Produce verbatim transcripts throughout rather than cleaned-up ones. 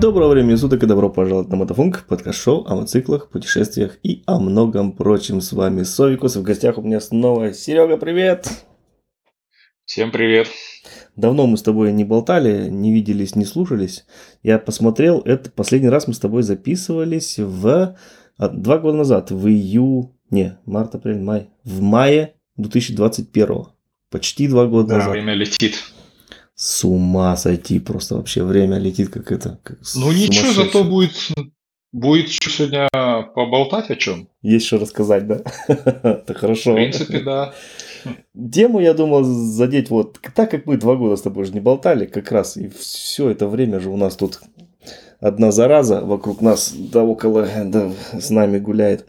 Доброго времени суток и добро пожаловать на Мотофунк, подкаст-шоу о мотоциклах, путешествиях и о многом прочем. С вами Совикус, в гостях у меня снова Серега, привет! Всем привет! Давно мы с тобой не болтали, не виделись, не слушались. Я посмотрел, это последний раз мы с тобой записывались в а, два года назад, в июне, март, апрель, май, в мае две тысячи двадцать первого, почти два года Да, назад. время летит. С ума сойти, просто вообще время летит как это, как Ну ничего, сумасшедшее. зато будет, будет что сегодня поболтать о чем. Есть что рассказать, да? Это хорошо. В принципе, да. Тему, я думал, задеть вот, так как мы два года с тобой же не болтали, как раз, и все это время же у нас тут одна зараза вокруг нас, да около, да, с нами гуляет.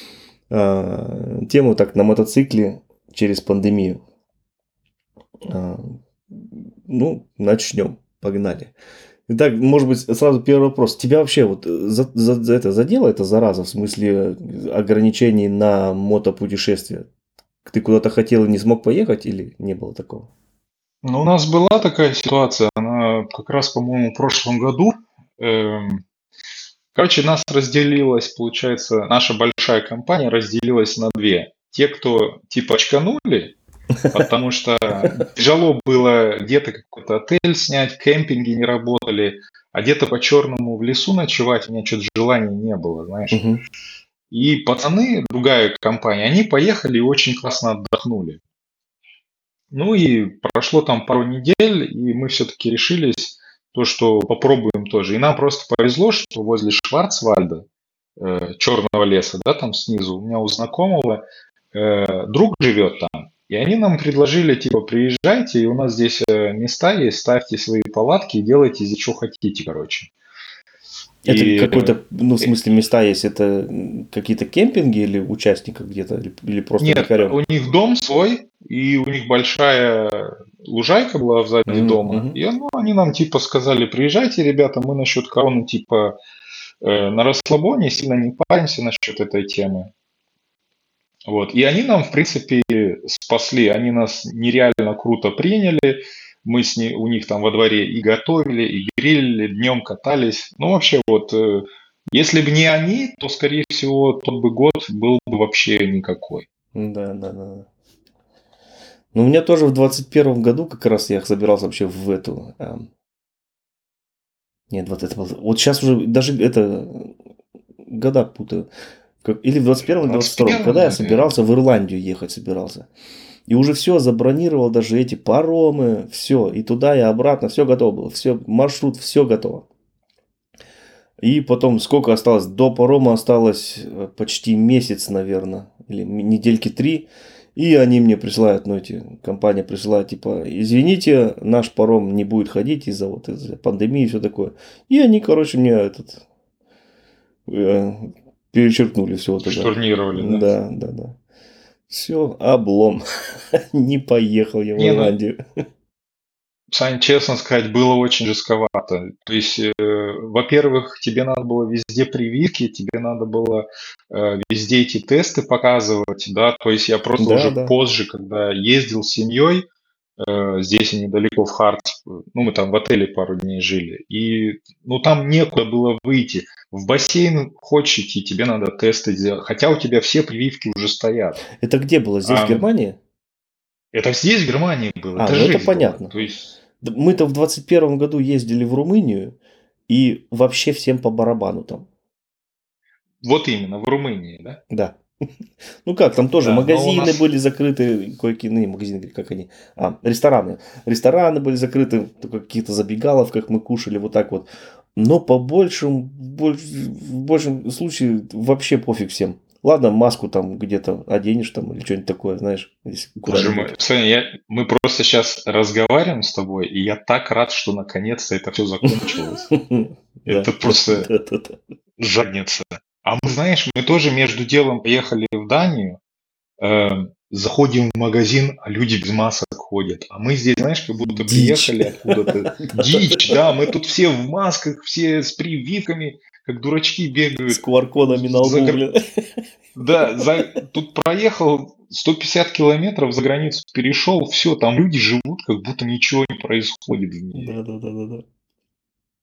А, тему так на мотоцикле через пандемию. А, ну, начнем, погнали. Итак, может быть, сразу первый вопрос. Тебя вообще вот за, за, за это задела эта зараза в смысле ограничений на мотопутешествия? Ты куда-то хотел и не смог поехать или не было такого? Ну, у нас была такая ситуация, она как раз, по-моему, в прошлом году. Эм, Короче, нас разделилась, получается, наша большая компания разделилась на две. Те, кто типа очканули, потому что тяжело было где-то какой-то отель снять, кемпинги не работали, а где-то по-черному в лесу ночевать у меня что-то желания не было, знаешь. Угу. И пацаны, другая компания, они поехали и очень классно отдохнули. Ну и прошло там пару недель, и мы все-таки решились, то, что попробуем тоже. И нам просто повезло, что возле Шварцвальда, э, черного леса, да, там снизу, у меня у знакомого э, друг живет там. И они нам предложили, типа, приезжайте, и у нас здесь э, места есть, ставьте свои палатки и делайте здесь что хотите, короче. Это И какой-то, ну, в э, смысле, места есть, это какие-то кемпинги или участников где-то, или, или просто нет, дикарем? у них дом свой, и у них большая лужайка была сзади дома. Угу. И ну, они нам типа сказали, приезжайте, ребята, мы насчет короны типа э, на расслабоне, сильно не паримся насчет этой темы. Вот. И они нам, в принципе, спасли. Они нас нереально круто приняли. Мы с ней, у них там во дворе и готовили, и грилили, днем катались. Ну, вообще, вот, э, если бы не они, то, скорее всего, тот бы год был бы вообще никакой. Да, да, да. Ну, у меня тоже в двадцать первом году как раз я собирался вообще в эту... эм, Нет, вот это было... Вот сейчас уже даже это... Года путаю. Как- Или в двадцать первом, или двадцать двадцать втором. первый, Когда я наверное. собирался в Ирландию ехать, собирался. И уже все забронировал, даже эти паромы, все. И туда, и обратно, все готово было. Все, маршрут, все готово. И потом, сколько осталось? До парома осталось э, почти месяц, наверное. Или м- недельки три. И они мне присылают, ну, эти, компания присылает, типа, извините, наш паром не будет ходить из-за вот из-за пандемии и все такое. И они, короче, мне этот э, перечеркнули все вот это. Штурнировали, да? Да, да, да. Все, облом. Не поехал я в Не, ну, Ирландию. Сань, честно сказать, было очень жестковато. То есть, э, во-первых, тебе надо было везде прививки, тебе надо было э, везде эти тесты показывать, да. То есть я просто Да, уже да. позже, когда ездил с семьей, э, здесь недалеко в Хартс, ну мы там в отеле пару дней жили, и ну там некуда было выйти. В бассейн хочешь идти, тебе надо тесты делать, хотя у тебя все прививки уже стоят. Это где было? Здесь, в А Германии? это здесь, в Германии было, А, это ну это жесть была. понятно. То есть Да, мы-то в двадцать первом году ездили в Румынию, и вообще всем по барабану там. вот именно, в Румынии, да? Да. Ну как, там тоже Да, но у магазины нас были закрыты, кое-какие, ну не магазины, как они, а, рестораны. Рестораны были закрыты, только в каких-то забегаловках мы кушали вот так вот. Но по большему, больш- в большем случае вообще пофиг всем. Ладно, маску там где-то оденешь там или что-нибудь такое, знаешь, если Боже мой, куда-нибудь. Саня, я, мы просто сейчас разговариваем с тобой, и я так рад, что наконец-то это все закончилось. Да, Это да, просто да, да, да. задница. А мы, знаешь, мы тоже между делом поехали в Данию, э, заходим в магазин, а люди без масок ходят. А мы здесь, знаешь, как будто Дичь. приехали откуда-то. Дичь, да, мы тут все в масках, все с прививками, как дурачки С бегают. квар-кодами на За лбу, гр- блин. Да, за, тут проехал сто пятьдесят километров за границу, перешел, все, там люди живут, как будто ничего не происходит в мире. Да, да, да, да, да.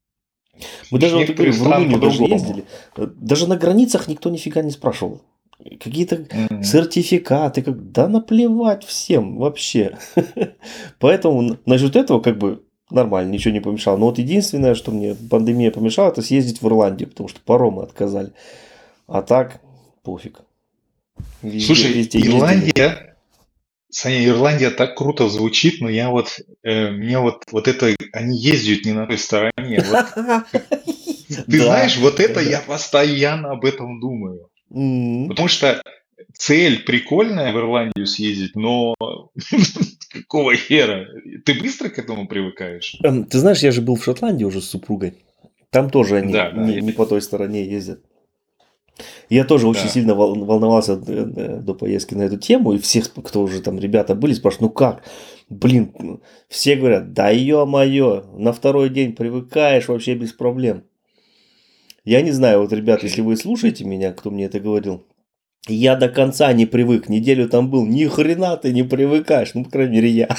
Мы Слушай, даже, вот я некоторые говорю, в страны Румынию даже по-другому. ездили. Э, Даже на границах никто нифига не спрашивал. Какие-то М. сертификаты, как... да наплевать всем вообще. Поэтому н- насчет этого как бы нормально, ничего не помешало. Но вот единственное, что мне пандемия помешала, это съездить в Ирландию, потому что паромы отказали. А так, пофиг. Везде, Слушай, везде ездили. Ирландия, Саня, Ирландия так круто звучит, но я вот, э, мне вот, вот это, они ездят не на той стороне. Вот ты Да, знаешь, вот да, это да. я постоянно об этом думаю. М. Потому что цель прикольная в Ирландию съездить, но какого хера? Ты быстро к этому привыкаешь? Эм, Ты знаешь, я же был в Шотландии уже с супругой. Там тоже они Да, да. не, я- не по той стороне ездят. Я тоже очень да. сильно вол- волновался д- д- до поездки на эту тему, и всех, кто уже там ребята были, спрашивают, ну как? Блин, ну, все говорят, да ё-моё, на второй день привыкаешь вообще без проблем. Я не знаю, вот, ребят, если вы слушаете меня, кто мне это говорил, я до конца не привык, неделю там был, ни хрена ты не привыкаешь, ну, по крайней мере, я.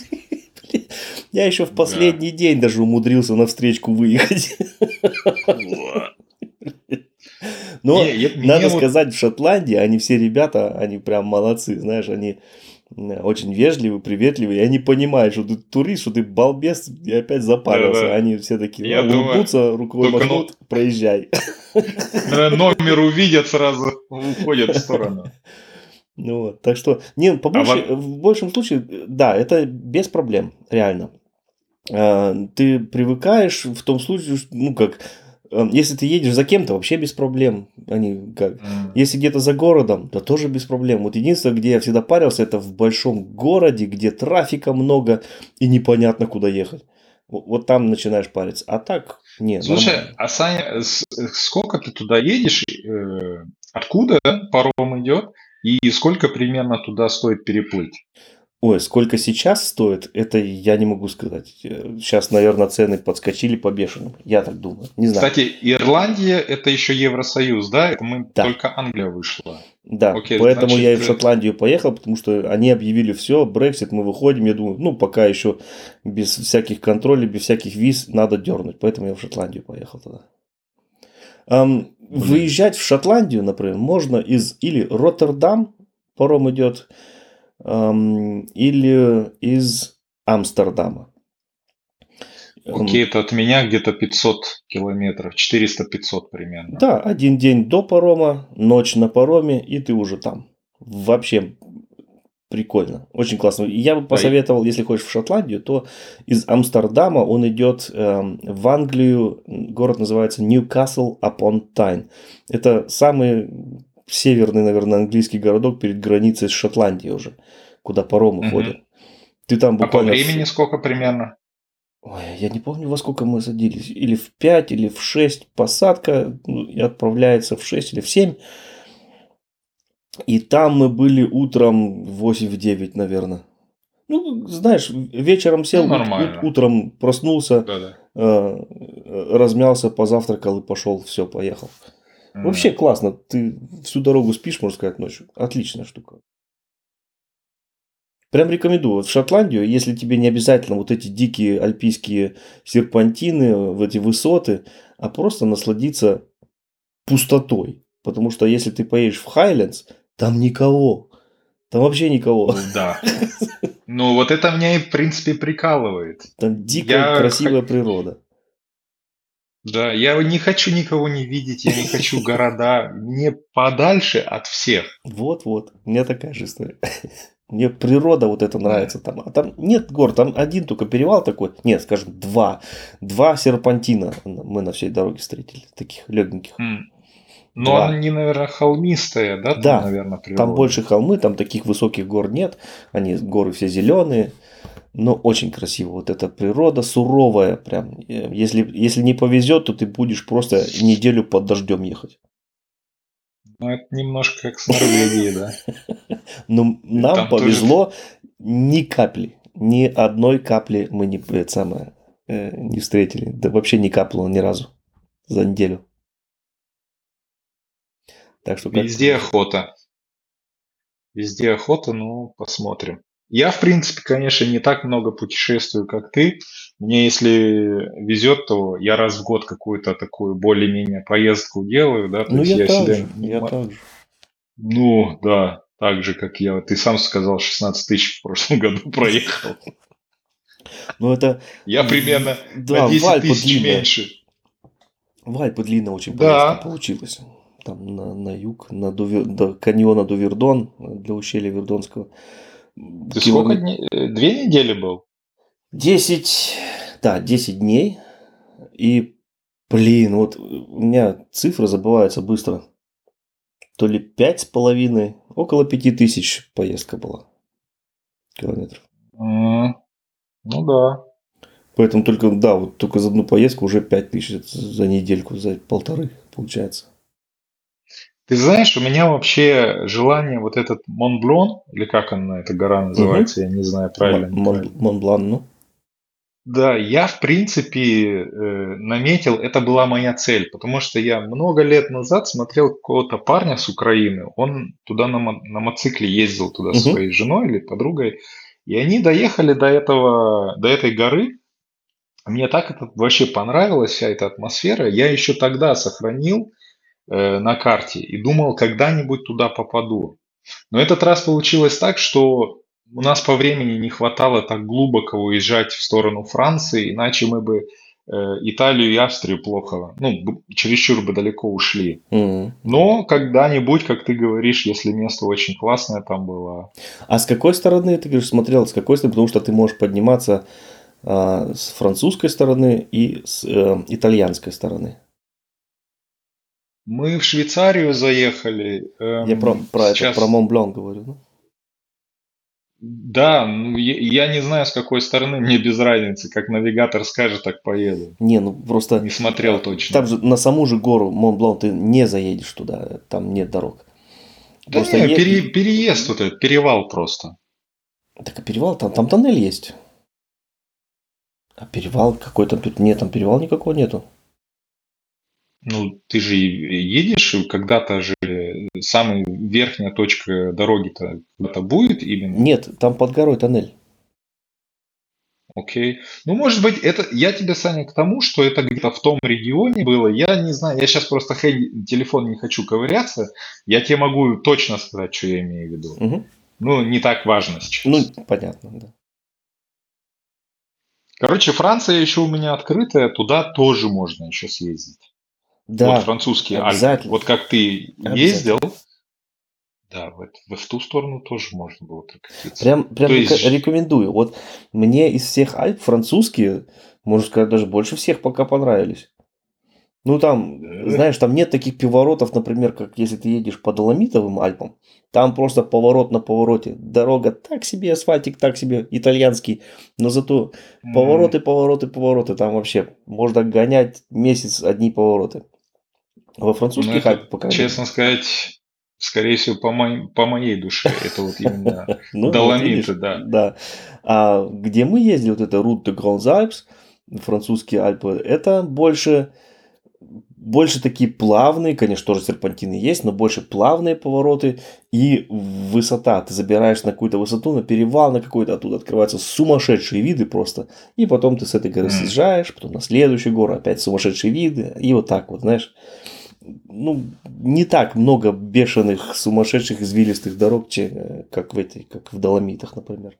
Я еще в Да. последний день даже умудрился на встречку выехать. Фу. Но Не, я- мне надо вот сказать, в Шотландии они все ребята, они прям молодцы, знаешь, они м, очень вежливые, приветливые, и они понимают, что ты турист, что ты балбес, и опять запарился. Да-да. Они все такие, Я «А, думаю, улыбнутся, рукой только ну, махнут, проезжай». наверное, номер увидят, сразу уходят в сторону. Ну вот, так что, не, по А больше, вот, в большем случае, э, да, это без проблем, реально. А, Ты привыкаешь в том случае, что, ну как, э, если ты едешь за кем-то, вообще без проблем. Они как, м, если где-то за городом, то тоже без проблем. Вот единственное, где я всегда парился, это в большом городе, где трафика много и непонятно, куда ехать. Во- Вот там начинаешь париться. А так, не, слушай, нормально. а Саня, с- э, сколько ты туда едешь? э, Откуда паром идет? И сколько примерно туда стоит переплыть? Ой, сколько сейчас стоит, это я не могу сказать. Сейчас, наверное, цены подскочили по-бешеному. Я так думаю. Не знаю. Кстати, Ирландия это еще Евросоюз, да? Это мы Да. только Англия вышла. Да, Окей, поэтому я и значит, в э, Шотландию поехал, потому что они объявили все, Брексит, мы выходим, я думаю, ну, пока еще без всяких контролей, без всяких виз надо дернуть, поэтому я в Шотландию поехал тогда. Ам, блин, выезжать в Шотландию, например, можно из или Роттердам, паром идет, ам, или из Амстердама. окей, Ам, это от меня где-то пятьсот километров, четыреста-пятьсот примерно. Да, один день до парома, ночь на пароме, и ты уже там. Вообще прикольно, очень классно. И я бы Да, и- посоветовал, если хочешь в Шотландию, то из Амстердама он идет эм, в Англию. Город называется Ньюкасл апон Тайн. Это самый северный, наверное, английский городок перед границей с Шотландией уже, куда паромы мгм. ходят. Ты там А по буквально с... времени сколько примерно? Ой, я не помню, во сколько мы садились. Или в пять, или в шесть посадка. Ну, и отправляется в шесть или в семь. И там мы были утром в восемь-девять, наверное. Ну, знаешь, вечером Ну, сел, ут- ут- нормально. утром проснулся, Да-да. э, размялся, позавтракал и пошел, все, поехал. Вообще М. классно, ты всю дорогу спишь, можно сказать, ночью. Отличная штука. Прям рекомендую. Вот в Шотландию, если тебе не обязательно вот эти дикие альпийские серпантины, в эти высоты, а просто насладиться пустотой. Потому что если ты поедешь в Хайлендс, там никого. Там вообще никого. Ну да. Ну вот это меня и в принципе прикалывает. Там дикая Я, х- красивая природа. да, я не хочу никого не видеть, я не хочу города. Мне подальше от всех. Вот-вот, у меня такая же история. Мне природа вот это Да. нравится там. А там нет гор, там один только перевал такой. Нет, скажем, два. Два серпантина мы на всей дороге встретили. Таких легеньких. М. Но Два. они, наверное, холмистые, да, там, Да, наверное, там природа. больше холмы, там таких высоких гор нет. Они горы все зеленые. Но очень красиво. Вот эта природа суровая. Прям. Э, Если, если не повезет, то ты будешь просто неделю под дождем ехать. Ну, это немножко как с Норвегией, да. Но И нам там тоже... повезло ни капли. Ни одной капли мы не, это самое, э, не встретили. Да вообще не капало ни разу за неделю. Так что как-то Везде вот так. охота. Везде охота, ну, посмотрим. Я, в принципе, конечно, не так много путешествую, как ты. Мне, если везет, то я раз в год какую-то такую более-менее поездку делаю, да, то Ну, есть я я так себе, же, не я мо- так же. ну, да, так же, как я. Ты сам сказал, шестнадцать тысяч в прошлом году проехал. Ну, это, Я в- примерно на да, в десять Альпы тысяч длинная. меньше. В Альпы длинная очень поездка Да. получилась. Там на, на юг, на Дувер- до каньона Дувердон, для ущелья Вердонского. Ты сколько Километр... дней? э, Две недели был? десять, да, десять дней. И, блин, вот у меня цифры забываются быстро. То ли пять с половиной, около пяти тысяч поездка была километров. М, Ну да. Поэтому только, да, вот только за одну поездку уже пять тысяч за недельку, за полторы получается. Ты знаешь, у меня вообще желание вот этот Монблон, или как она, эта гора Угу. называется, я не знаю, правильно, неправильно. Монблан, ну. Да, я, в принципе, э, наметил, это была моя цель, потому что я много лет назад смотрел какого-то парня с Украины, он туда на, мо- на мотоцикле ездил туда со Угу. своей женой или подругой, и они доехали до этого, до этой горы. Мне так это вообще понравилась вся эта атмосфера. Я еще тогда сохранил э, на карте и думал, когда-нибудь туда попаду. Но этот раз получилось так, что у нас по времени не хватало так глубоко уезжать в сторону Франции, иначе мы бы э, Италию и Австрию плохо, ну, б- чересчур бы далеко ушли. Угу. Да. Но когда-нибудь, как ты говоришь, если место очень классное там было. А с какой стороны, ты говоришь, смотрел, с какой стороны? Потому что ты можешь подниматься а, с французской стороны и с э, итальянской стороны. Мы в Швейцарию заехали. Я про, эм, про этот, про сейчас Монблан говорю. Ну? Да, ну, я, я не знаю, с какой стороны, мне без разницы. Как навигатор скажет, так поеду. Не, ну просто Не смотрел э, там точно. же на саму же гору Монблан ты не заедешь туда, там нет дорог. Да Просто не, е... пере- переезд вот этот, перевал просто. Так а перевал, там, там тоннель есть. А перевал какой там? пер- Нет, там перевал никакого нету. Ну, ты же и едешь, и когда-то же самая верхняя точка дороги-то куда-то будет именно. Нет, там под горой тоннель. Окей. Ну, может быть, это я тебе, Саня, к тому, что это где-то в том регионе было. Я не знаю, я сейчас просто хей, телефон не хочу ковыряться. Я тебе могу точно сказать, что я имею в виду. Мгм. Ну, не так важно Ну, сейчас. понятно, да. Короче, Франция еще у меня открытая, туда тоже можно еще съездить. Вот Да, французские Альпы. обязательно, Вот как ты ездил, обязательно. да, в, эт- в ту сторону тоже можно было прокатиться. Прям, То прям река- есть, рекомендую. Вот мне из всех Альп французские, можно сказать, даже больше всех пока понравились. Ну, там, э, знаешь, там нет таких поворотов, например, как если ты едешь по Доломитовым Альпам. Там просто поворот на повороте. Дорога так себе, асфальтик так себе, итальянский. Но зато м, повороты, повороты, повороты. Там вообще можно гонять месяц одни повороты. Во ну французских это, Альпах, по крайней мере. честно сказать, скорее всего, по, моей- по моей душе. Это вот именно Ну вот, Доломиты, видишь, да. да. А где мы ездили, вот это Route de Grands Alpes, французские Альпы, это больше, больше такие плавные, конечно, тоже серпантины есть, но больше плавные повороты и высота. Ты забираешь на какую-то высоту, на перевал на какой-то, оттуда открываются сумасшедшие виды просто. И потом ты с этой горы М. съезжаешь, потом на следующую гору опять сумасшедшие виды. И вот так вот, знаешь. Ну, не так много бешеных, сумасшедших, извилистых дорог, че- как в этой, как в Доломитах, например.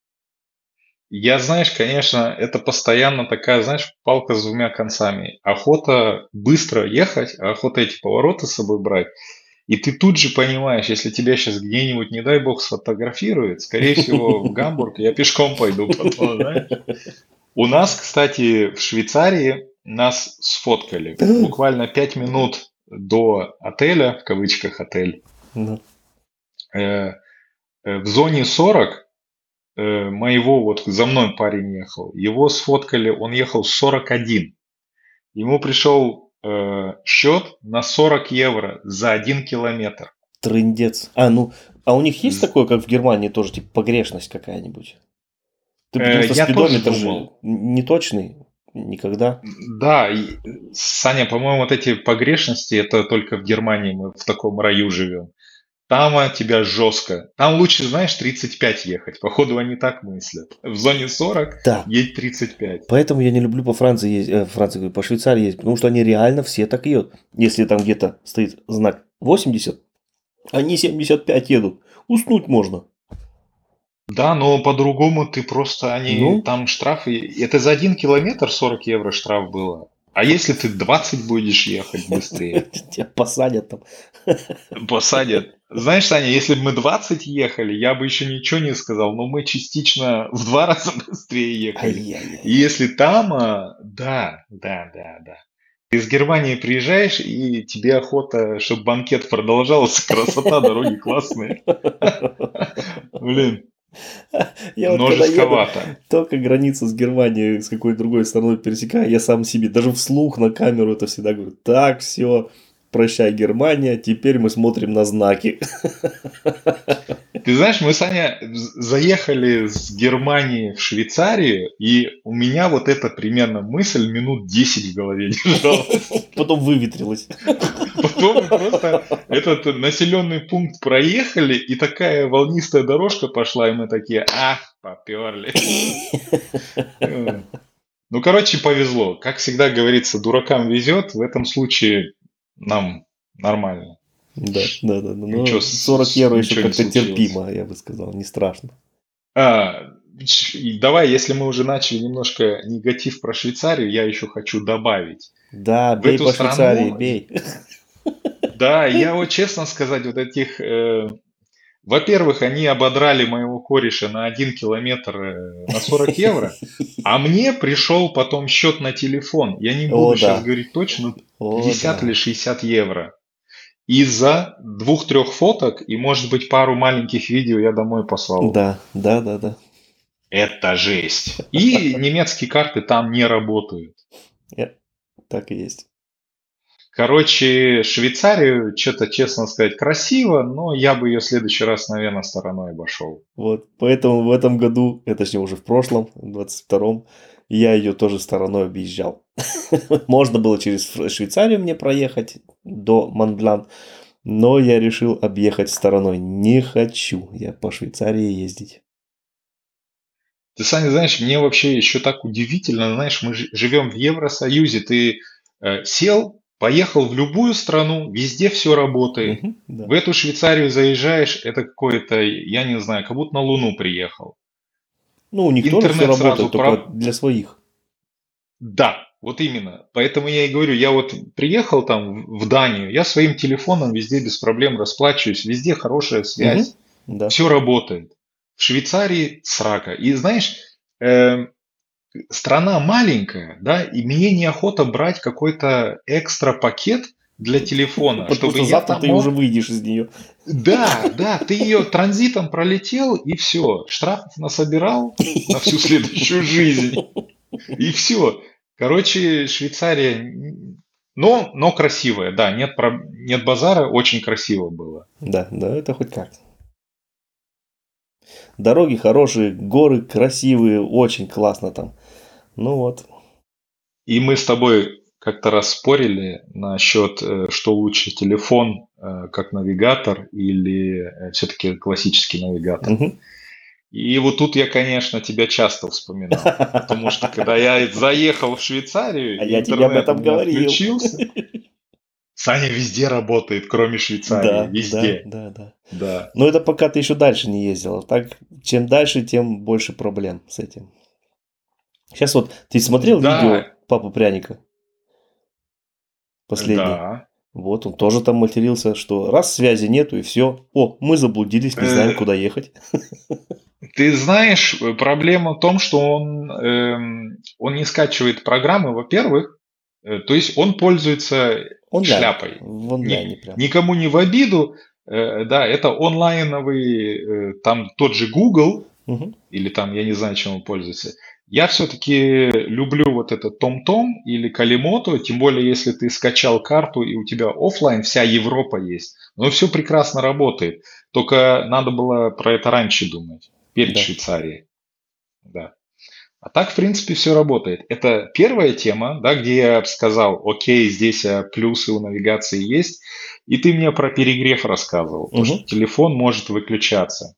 Я, знаешь, конечно, это постоянно такая, знаешь, палка с двумя концами. Охота быстро ехать, а охота эти повороты с собой брать. И ты тут же понимаешь, если тебя сейчас где-нибудь, не дай бог, сфотографируют, скорее всего, в Гамбург я пешком пойду потом, знаешь. У нас, кстати, в Швейцарии нас сфоткали. Буквально пять минут до отеля, в кавычках отель, Ну, э, э, в зоне сорок э, моего, вот за мной парень ехал, его сфоткали, он ехал сорок один. Ему пришел э, счет на сорок евро за один километр. трындец. А, ну, а у них есть З- такое, как в Германии, тоже, типа, погрешность какая-нибудь? Ты, потому э, что Я тоже спидометр же думал. не точный никогда. Да, и, Саня, по-моему, вот эти погрешности, это только в Германии мы в таком раю живем. там а, тебя жестко. Там лучше, знаешь, тридцать пять ехать. Походу, они так мыслят. В зоне сорок Да, едь тридцать пять. поэтому я не люблю по Франции ездить, э, Франции, говорю, по Швейцарии ездить, потому что они реально все так едут. Если там где-то стоит знак восемьдесят, они семьдесят пять едут. Уснуть можно. Да, но по-другому ты просто, они Ну, там штрафы, это за один километр сорок евро штраф было. А если ты двадцать будешь ехать быстрее, тебя посадят там. посадят. Знаешь, Саня, если бы мы двадцать ехали, я бы еще ничего не сказал, но мы частично в два раза быстрее ехали. И Ай-яй-яй. если там, а, да, да, да, да. Ты из Германии приезжаешь, и тебе охота, чтобы банкет продолжался, красота, дороги классные. Блин, Я вот но когда еду, жестковато. только границу с Германией, с какой-то другой страной пересекаю, я сам себе, даже вслух на камеру это всегда говорю, так, все, прощай, Германия, теперь мы смотрим на знаки. Ты знаешь, мы, Саня, з- заехали с Германии в Швейцарию, и у меня вот эта примерно мысль минут десять в голове держалась. Потом выветрилось. Потом мы просто этот населенный пункт проехали, и такая волнистая дорожка пошла, и мы такие, ах, поперли. Э, Ну, короче, повезло. Как всегда говорится, дуракам везет, в этом случае нам нормально. Да, да, да, да. Ничего, Но сорок с- евро еще ничего не как-то случилось. терпимо, я бы сказал, не страшно. А, ч- и давай, если мы уже начали немножко негатив про Швейцарию, я еще хочу добавить. Да, В бей эту по Швейцарии, страну, бей. да, я вот честно сказать, вот этих, э, во-первых, они ободрали моего кореша на один километр э, на сорок евро, а мне пришел потом счет на телефон. Я не О, буду сейчас да, говорить точно, о, пятьдесят или да, шестьдесят евро. Из-за двух-трех фоток и, может быть, пару маленьких видео я домой послал. да, да, да, да. Это жесть. И немецкие карты там не работают. Э, Так и есть. Короче, Швейцарию, что-то, честно сказать, красиво, но я бы ее в следующий раз, наверное, стороной обошел. Вот, поэтому в этом году, э, точнее уже в прошлом, в двадцать втором, я ее тоже стороной объезжал. Можно было через Фр- Швейцарию мне проехать до Монблан, но я решил объехать стороной. Не хочу я по Швейцарии ездить. Ты, Саня, знаешь, мне вообще еще так удивительно, знаешь, мы ж- живем в Евросоюзе, ты э, сел, поехал в любую страну, везде все работает. Мгм, В да. эту Швейцарию заезжаешь, это какое-то, я не знаю, как будто на Луну приехал. Ну, у них тоже все Интернет работает, сразу только про... для своих. Да, вот именно. Поэтому я и говорю, я вот приехал там в в Данию, я своим телефоном везде без проблем расплачиваюсь, везде хорошая Мгм, связь, да. все работает. В Швейцарии срака. И знаешь, эм, страна маленькая, да, и мне неохота брать какой-то экстра пакет для телефона, Потому чтобы что я завтра там ты уже мог... выйдешь из нее. Да, да, ты ее транзитом пролетел, и все. Штрафов насобирал на всю следующую жизнь. И все. Короче, Швейцария, н- но, но красивая, да, нет, проб- нет базара, очень красиво было. Да, да, это хоть как. Дороги хорошие, горы красивые, очень классно там. Ну вот. И мы с тобой как-то раз спорили насчет, э, что лучше, телефон э, как навигатор или все-таки классический навигатор. Мгм. И вот тут я, конечно, тебя часто вспоминал, потому что когда я заехал в Швейцарию А и я тебе об интернет у этом меня говорил. включился, Саня везде работает, кроме Швейцарии, Да, да, везде. да, да. Да. Но это пока ты еще дальше не ездила. Так, чем дальше, тем больше проблем с этим. Сейчас вот ты смотрел видео Да, Папы Пряника последнее? да. Вот, он тоже там матерился, что раз связи нету и все. О, мы заблудились, не знаем, Э, куда ехать. Ты знаешь, э, проблема в том, что он, эм, он не скачивает программы, во-первых, э, то есть он пользуется Онлайн. шляпой. В Ни- онлайне прям. никому не в обиду, э, да, это онлайновый, э, там тот же Google, Мгм. или там, я не знаю, чем он пользуется. Я все-таки люблю вот этот TomTom или Калимото, тем более, если ты скачал карту и у тебя оффлайн, вся Европа есть. Но все прекрасно работает. Только надо было про это раньше думать, перед Да. Швейцарией. Да. А так, в принципе, все работает. Это первая тема, да, где я сказал, окей, здесь а, плюсы у навигации есть. И ты мне про перегрев рассказывал, то, что Угу. телефон может выключаться.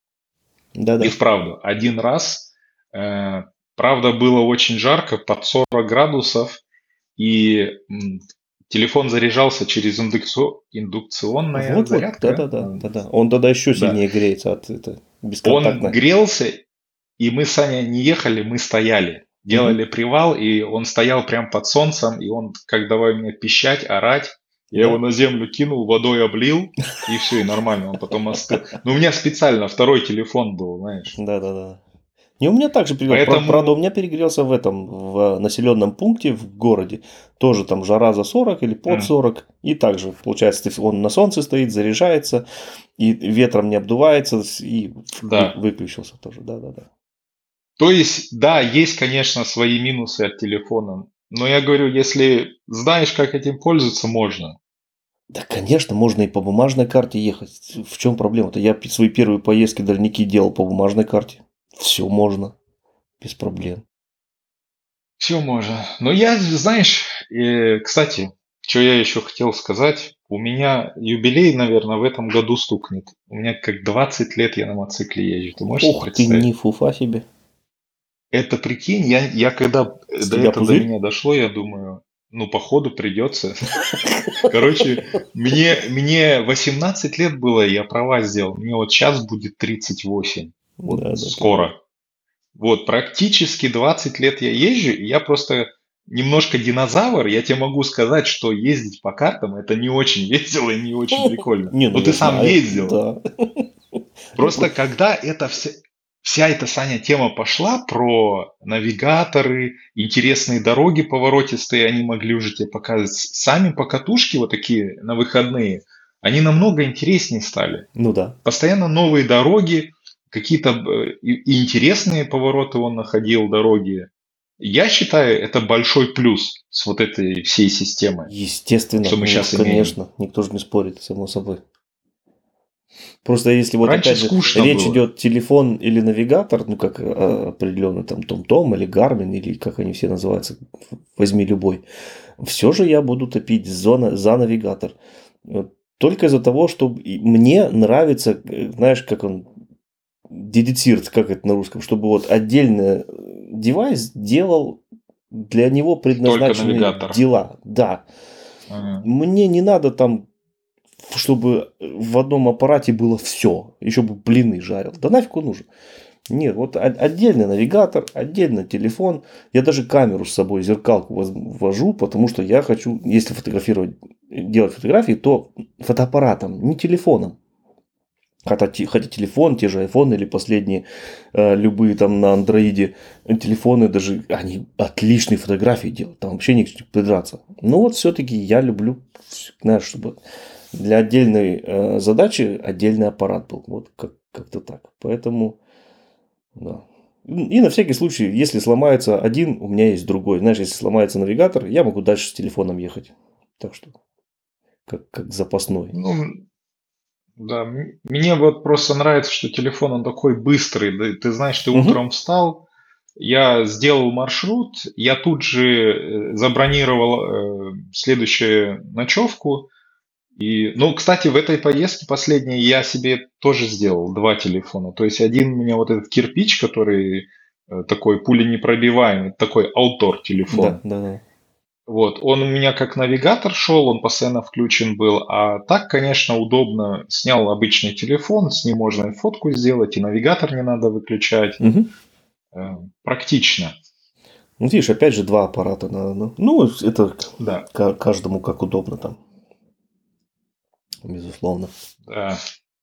И Да-да. вправду, один раз, э, правда, было очень жарко, под сорок градусов, и м, телефон заряжался через индукци- индукционная Вот-вот, зарядка. да-да-да, э, да-да. Он тогда еще Да. сильнее греется от это Он бесконтактно. грелся, и мы с Аней не ехали, мы стояли. Угу. Делали привал, и он стоял прям под солнцем, и он, как давай мне пищать, орать. Я его Да? на землю кинул, водой облил, и все, и нормально, он потом остыл. Но у меня специально второй телефон был, знаешь. Да-да-да. Не, у меня также перегрел. Пра- Правда, у Поэтому, меня перегрелся в этом, в населенном пункте, в городе. Тоже там жара за сорок или под м, сорок. И также, получается, ты- он на солнце стоит, заряжается, и ветром не обдувается, и вы- да. выключился тоже. Да-да-да. То есть, да, есть, конечно, свои минусы от телефона. Но я говорю, если знаешь, как этим пользоваться, можно. Да, конечно, можно и по бумажной карте ехать. В чем проблема-то? Я пи- свои первые поездки дальники делал по бумажной карте. Все можно, без проблем. Все можно. Но я, знаешь, э, кстати, что я еще хотел сказать. У меня юбилей, наверное, в этом году стукнет. У меня как двадцать лет я на мотоцикле езжу. Ты можешь себе Ох ты, представить? не фуфа себе. Это прикинь, я, я когда С до тебя этого до пузырь? меня дошло, я думаю, ну, походу придется. Короче, мне, мне восемнадцать лет было, я права сделал. Мне вот сейчас будет тридцать восемь. Вот Да, да, да. скоро. Вот, практически двадцать лет я езжу, и я просто немножко динозавр. Я тебе могу сказать, что ездить по картам это не очень весело и не очень прикольно. Не, ну Но ты я сам знаю, ездил. да. Я Просто про- когда эта вся, вся эта, Саня, тема пошла про навигаторы, интересные дороги поворотистые, они могли уже тебе показывать. Сами покатушки вот такие на выходные, они намного интереснее стали. Ну да. Постоянно новые дороги, какие-то э, и и интересные повороты он находил, дороги. Я считаю, это большой плюс с вот этой всей системой, Естественно, что мы ну, сейчас имеем. конечно, никто же не спорит, само собой. Просто если вот Раньше опять же скучно речь было. идет телефон или навигатор, ну как э, определенный там Том-Том или Гармин или как они все называются, возьми любой, все же я буду топить за, за навигатор. Вот только из-за того, что и мне нравится, э, знаешь, как он, дедицирт, как это на русском, чтобы вот отдельный девайс делал для него Только предназначенные навигатор. дела. Да, Ага. мне не надо там, чтобы в одном аппарате было все, еще бы блины жарил. Да нафиг он нужен. Нет, вот о- отдельный навигатор, отдельно телефон. Я даже камеру с собой, зеркалку воз- вожу, потому что я хочу, если фотографировать, делать фотографии, то фотоаппаратом, не телефоном. Хотя, те- хотя телефон, те же айфоны или последние, э, любые там на андроиде телефоны, даже они отличные фотографии делают, там вообще не к чему придраться. Но вот все-таки я люблю, знаешь, чтобы для отдельной э, задачи отдельный аппарат был. Вот как- как-то так. Поэтому, да. И на всякий случай, если сломается один, у меня есть другой. Знаешь, если сломается навигатор, я могу дальше с телефоном ехать. Так что, как, как запасной. Ну, да, м- мне вот просто нравится, что телефон он такой быстрый. Да, ты знаешь, ты Угу. утром встал, я сделал маршрут, я тут же э, забронировал э, следующую ночевку. И, ну, кстати, в этой поездке последней я себе тоже сделал два телефона. То есть один у меня вот этот кирпич, который э, такой пуленепробиваемый, такой outdoor Да, телефон. да, да. Вот, он у меня как навигатор шел, он постоянно включен был, а так, конечно, удобно. Снял обычный телефон, с ним можно и фотку сделать, и навигатор не надо выключать. Угу. Э, Практично, Ну, видишь, опять же, два аппарата надо. Ну, ну, это да, к- каждому как удобно там, безусловно. да,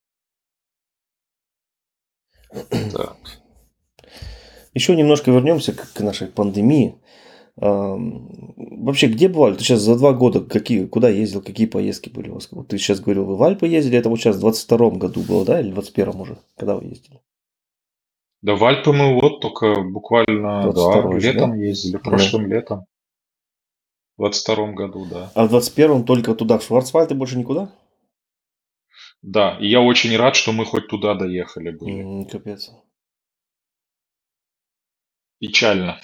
да. Еще немножко вернемся к, к нашей пандемии. Ам, Вообще, где бывали? Ты сейчас за два года какие, куда ездил, какие поездки были у вас? Вот ты сейчас говорил, вы в Альпы ездили, это вот сейчас в двадцать втором году было, да, или в двадцать первом уже? Когда вы ездили? Да, в Альпы мы вот только буквально, двадцать да, второй же, да? летом ездили, Ну. прошлым летом, в двадцать втором году, да. А в двадцать первом только туда, в Шварцвальд и больше никуда? Да, и я очень рад, что мы хоть туда доехали были. М, капец. печально.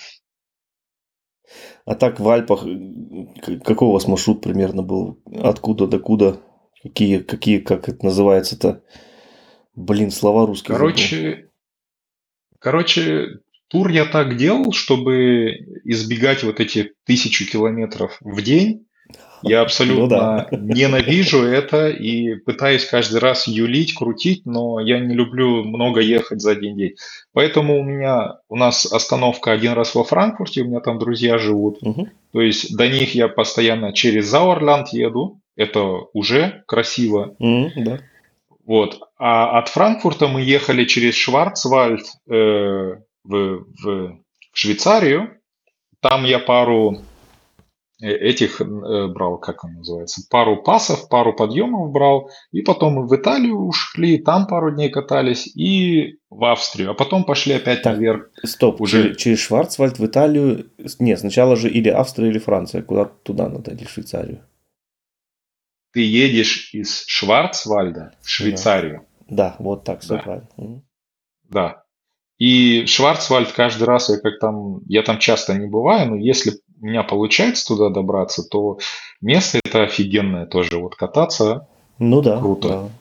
А так в Альпах э, какой у вас маршрут примерно был? Откуда до куда? Какие, какие, как это называется-то? Блин, слова русские забыл. Короче, короче, тур я так делал, чтобы избегать вот эти тысячу километров в день. Я Ну да. абсолютно ненавижу это и пытаюсь каждый раз юлить, крутить, но я не люблю много ехать за один день. Поэтому у меня, у нас остановка один раз во Франкфурте, у меня там друзья живут. Мгм. То есть до них я постоянно через Зауэрлянд еду. Это уже красиво. М, да. Вот. А от Франкфурта мы ехали через Шварцвальд э, в, в Швейцарию. Там я пару э, этих э, брал, как он называется, пару пасов, пару подъемов брал, и потом мы в Италию ушли, там пару дней катались, и в Австрию, а потом пошли опять Так, наверх стоп. Через, уже. через Шварцвальд в Италию. Нет, сначала же или Австрия, или Франция. Куда туда надо, или в Швейцарию. Ты едешь из Шварцвальда в Да. Швейцарию, Да, вот так, все да, правильно. Мгм. да. И Шварцвальд каждый раз, я как там, я там часто не бываю, но если у меня получается туда добраться, то место это офигенное тоже, вот кататься Ну да, круто. да.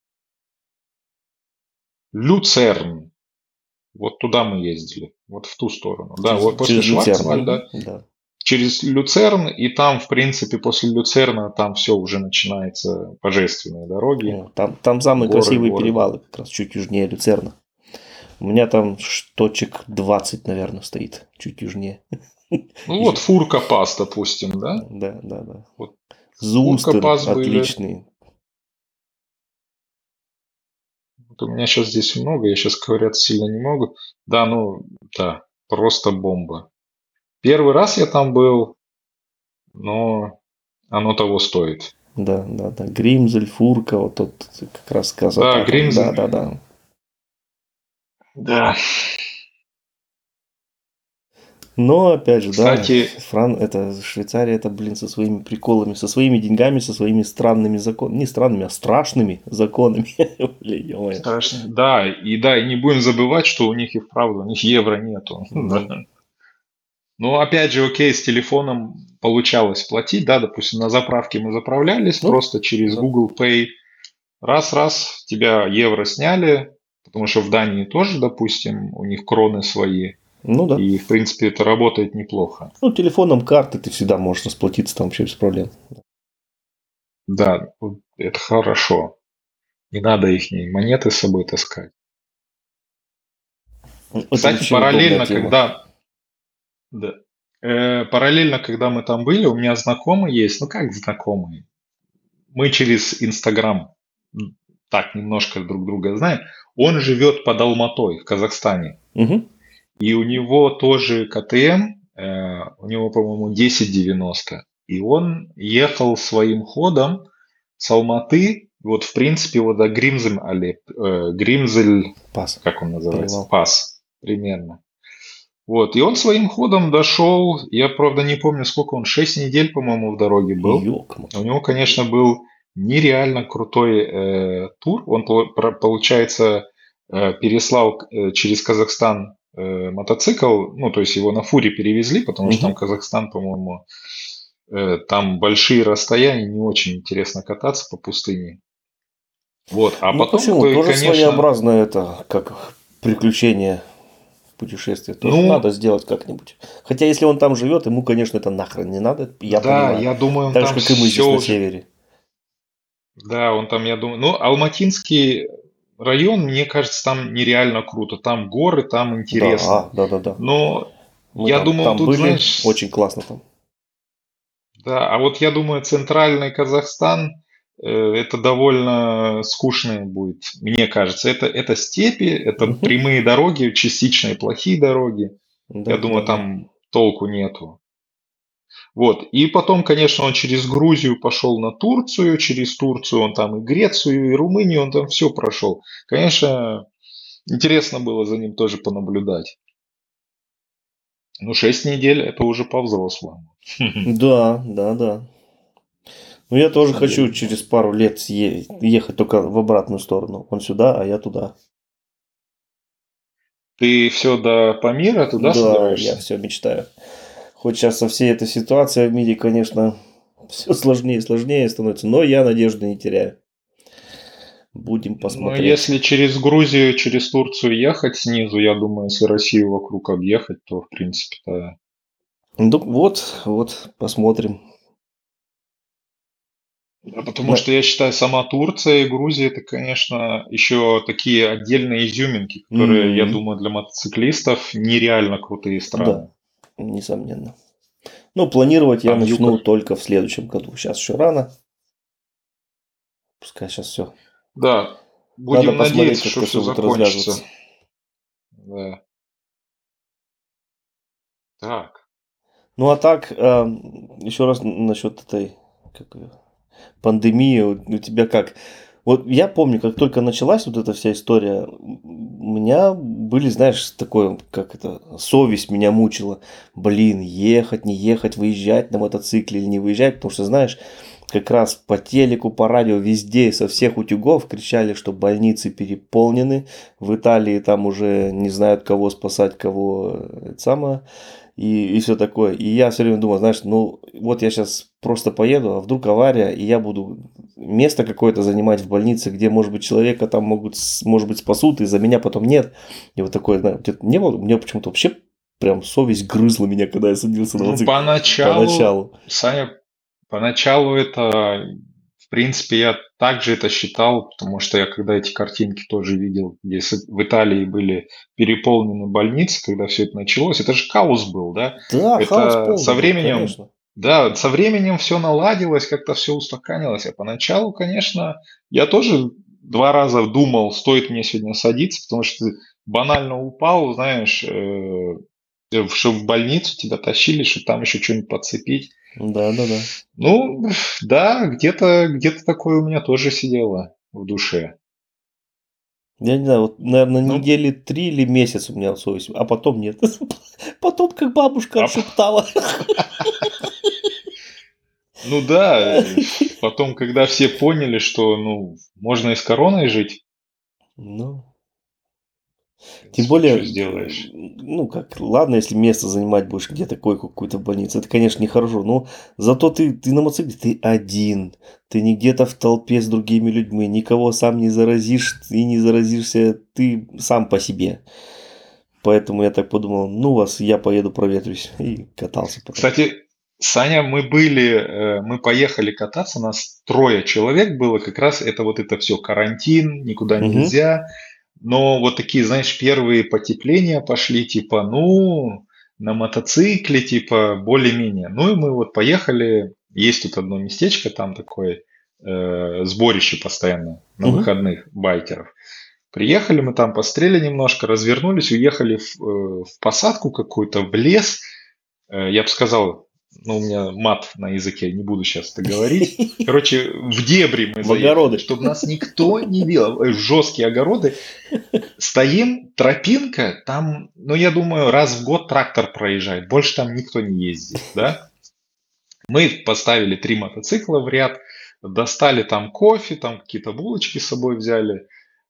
Люцерн. Вот туда мы ездили, вот в ту сторону. Да, Через, вот после через Люцерн. Мгм. Шварцвальда Да. через Люцерн, и там, в принципе, после Люцерна там все уже начинается божественные дороги, О, там, там самые горы, красивые горы, горы. перевалы, как раз чуть южнее Люцерна. У меня там шточек двадцать, наверное, стоит, чуть южнее. Ну вот Еще. Фурка Пас, допустим, да? Да, да, да. Вот Фурка Зустер Пас были. отличный. Вот у меня сейчас здесь много, я сейчас ковыряться сильно не могу. Да, ну, да, просто бомба. Первый раз я там был, но оно того стоит. Да, да, да. Гримзель, Фурка, вот тут как раз Да, красота там. Да, Гримзель. да, да. Да. Но, опять же, да, Кстати, Фран, это Швейцария, это, блин, со своими приколами, со своими деньгами, со своими странными законами. Не странными, а страшными законами. Блин, ё-моё. страшно. Да, и да, и не будем забывать, что у них и вправду, у них евро нету. Да. Ну, Но опять же, окей, с телефоном получалось платить, да, допустим, на заправке мы заправлялись ну, просто через да. Google Pay. Раз-раз, тебя евро сняли, потому что в Дании тоже, допустим, у них кроны свои. Ну да. И, в принципе, это работает неплохо. Ну, телефоном карты ты всегда можешь расплатиться там вообще без проблем. Да, вот это хорошо. Не надо их монеты с собой таскать. Это Кстати, вообще удобная параллельно, тема. когда, да, э, параллельно, когда мы там были, у меня знакомый есть, ну как знакомый, мы через Инстаграм м, так немножко друг друга знаем. Он живет под Алматой в Казахстане. Угу. И у него тоже ка тэ эм, э, у него, по-моему, десять девяносто. И он ехал своим ходом с Алматы, вот в принципе вот до Гримзель, э, Гримзель, Пас. как он называется, Перевал. Пас, примерно. Вот, и он своим ходом дошел, я, правда, не помню, сколько он, шесть недель, по-моему, в дороге был. У Ёкмок. него, конечно, был нереально крутой э, тур. Он, пол- про- получается, э, переслал э, через Казахстан э, мотоцикл, ну, то есть его на фуре перевезли, потому что там Угу. Казахстан, по-моему, э, там большие расстояния, не очень интересно кататься по пустыне. Вот, а Ну потом, почему? ко- Тоже конечно, своеобразное это, как приключение, путешествие. Тоже ну, надо сделать как-нибудь. Хотя, если он там живет, ему, конечно, это нахрен не надо, я да, понимаю. я думаю, он Так же, там как и мы здесь все на уже. севере. Да, он там, я думаю, ну, Алматинский район, мне кажется, там нереально круто. Там горы, там Да, интересно. да, да, да. Но Мы я там, думаю, там тут, были, знаешь, очень классно там. да, а вот я думаю, центральный Казахстан, э, это довольно скучно будет, мне кажется. Это, это степи, это Угу. прямые дороги, частичные плохие дороги. Я Да, думаю, да, да. там толку нету. Вот. И потом, конечно, он через Грузию пошел на Турцию, через Турцию он там и Грецию, и Румынию, он там все прошел. Конечно, интересно было за ним тоже понаблюдать. Ну, шесть недель это уже по-взрослому. Да, да, да. Ну, я тоже Шесть недель хочу это через много. пару лет съе- ехать только в обратную сторону. Он сюда, а я туда. Ты все до Памира туда Да, я собираешься? все мечтаю. Хоть сейчас со всей этой ситуацией в мире, конечно, все сложнее и сложнее становится, но я надежды не теряю. Будем Ну, посмотреть. если через Грузию, через Турцию ехать снизу, я думаю, если Россию вокруг объехать, то, в принципе-то... Ну вот, вот, посмотрим. Да, потому На- что я считаю, сама Турция и Грузия, это, конечно, еще такие отдельные изюминки, которые, я М, думаю, для мотоциклистов нереально крутые страны. Да, несомненно. Ну, планировать я Там юг... начну только в следующем году. Сейчас еще рано. Пускай сейчас все. Да, Надо будем посмотреть, надеяться, как что это все все будет закончится. развязываться. Да. Так. Ну, а так, еще раз насчет этой как её, пандемии. У у тебя как? Вот я помню, как только началась вот эта вся история, м, у меня были, знаешь, такое, как это, совесть меня мучила. Блин, ехать, не ехать, выезжать на мотоцикле или не выезжать, потому что, знаешь, как раз по телеку, по радио, везде, со всех утюгов кричали, что больницы переполнены. В Италии там уже не знают, кого спасать, кого э, это самое. И, и все такое. И я все время думал, знаешь, ну вот я сейчас просто поеду, а вдруг авария, и я буду место какое-то занимать в больнице, где, может быть, человека там могут, с- может быть, спасут, и за меня потом нет. И вот такое, знаешь, вот это не было, мне почему-то вообще прям совесть грызла меня, когда я садился на Ну, мотоцикл поначалу, поначалу. Саня, поначалу это, в принципе, я также это считал, потому что я когда эти картинки тоже видел, где с- в Италии были переполнены больницы, когда все это началось, это же хаос был, да? Да, хаос Это полный со был, временем, конечно. да, со временем все наладилось, как-то все устаканилось. А поначалу, конечно, я тоже два раза думал, стоит мне сегодня садиться, потому что ты банально упал, знаешь, э, э, что в больницу тебя тащили, что там еще что-нибудь подцепить. Да, да, да. Ну, да, где-то где-то такое у меня тоже сидело в душе. Я не знаю, вот, наверное, Ну, недели три или месяц у меня вот совесть, а потом нет. Потом, как бабушка а п- отшептала. ну да, э, потом, когда все поняли, что, ну, можно и с короной жить, Ну, в тем принципе, более, что э, сделаешь. ну как, ладно, если место занимать будешь где-то койку какую-то в больнице, это, конечно, нехорошо, но зато ты, ты на мотоцикле, ты один, ты не где-то в толпе с другими людьми, никого сам не заразишь и не заразишься, ты сам по себе. Поэтому я так подумал, ну вас, я поеду проветрюсь, и катался потом. Кстати, Саня, мы были, э, мы поехали кататься, нас трое человек было, как раз это вот это все карантин, никуда Угу, нельзя. Но вот такие, знаешь, первые потепления пошли, типа, ну, на мотоцикле, типа, более-менее. Ну и мы вот поехали, есть тут одно местечко, там такое э, сборище постоянно на угу. выходных байкеров. Приехали мы там, пострели немножко, развернулись, уехали в, э, в посадку какую-то, в лес. Э, я бы сказал, ну, у меня мат на языке, не буду сейчас это говорить. Короче, в дебри мы В заехали, огороды. чтобы нас никто не видел. Э, Жесткие огороды. Стоим, тропинка, там, ну, я думаю, раз в год трактор проезжает, больше там никто не ездит, да? Мы поставили три мотоцикла в ряд, достали там кофе, там какие-то булочки с собой взяли,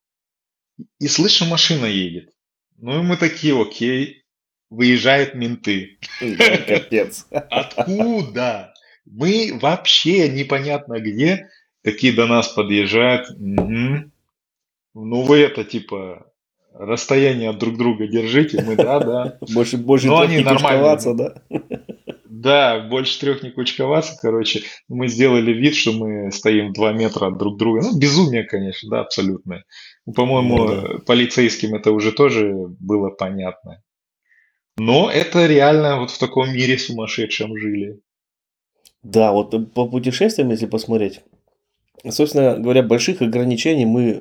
и слышим, машина едет. Ну, и мы такие, окей, выезжают менты. Да, капец. Откуда? Мы вообще непонятно где, такие до нас подъезжают. Мгм. Ну, вы это, типа, расстояние от друг друга держите. Мы, да, да. Больше, больше Но трех они не кучковаться, нормальные. да? Да, больше трех не кучковаться, короче. Мы сделали вид, что мы стоим два метра от друг друга. Ну, безумие, конечно, да, абсолютное. Ну, Ну да. по-моему, полицейским это уже тоже было понятно. Но это реально вот в таком мире сумасшедшем жили. Да, вот э, по путешествиям, если посмотреть, собственно говоря, больших ограничений мы,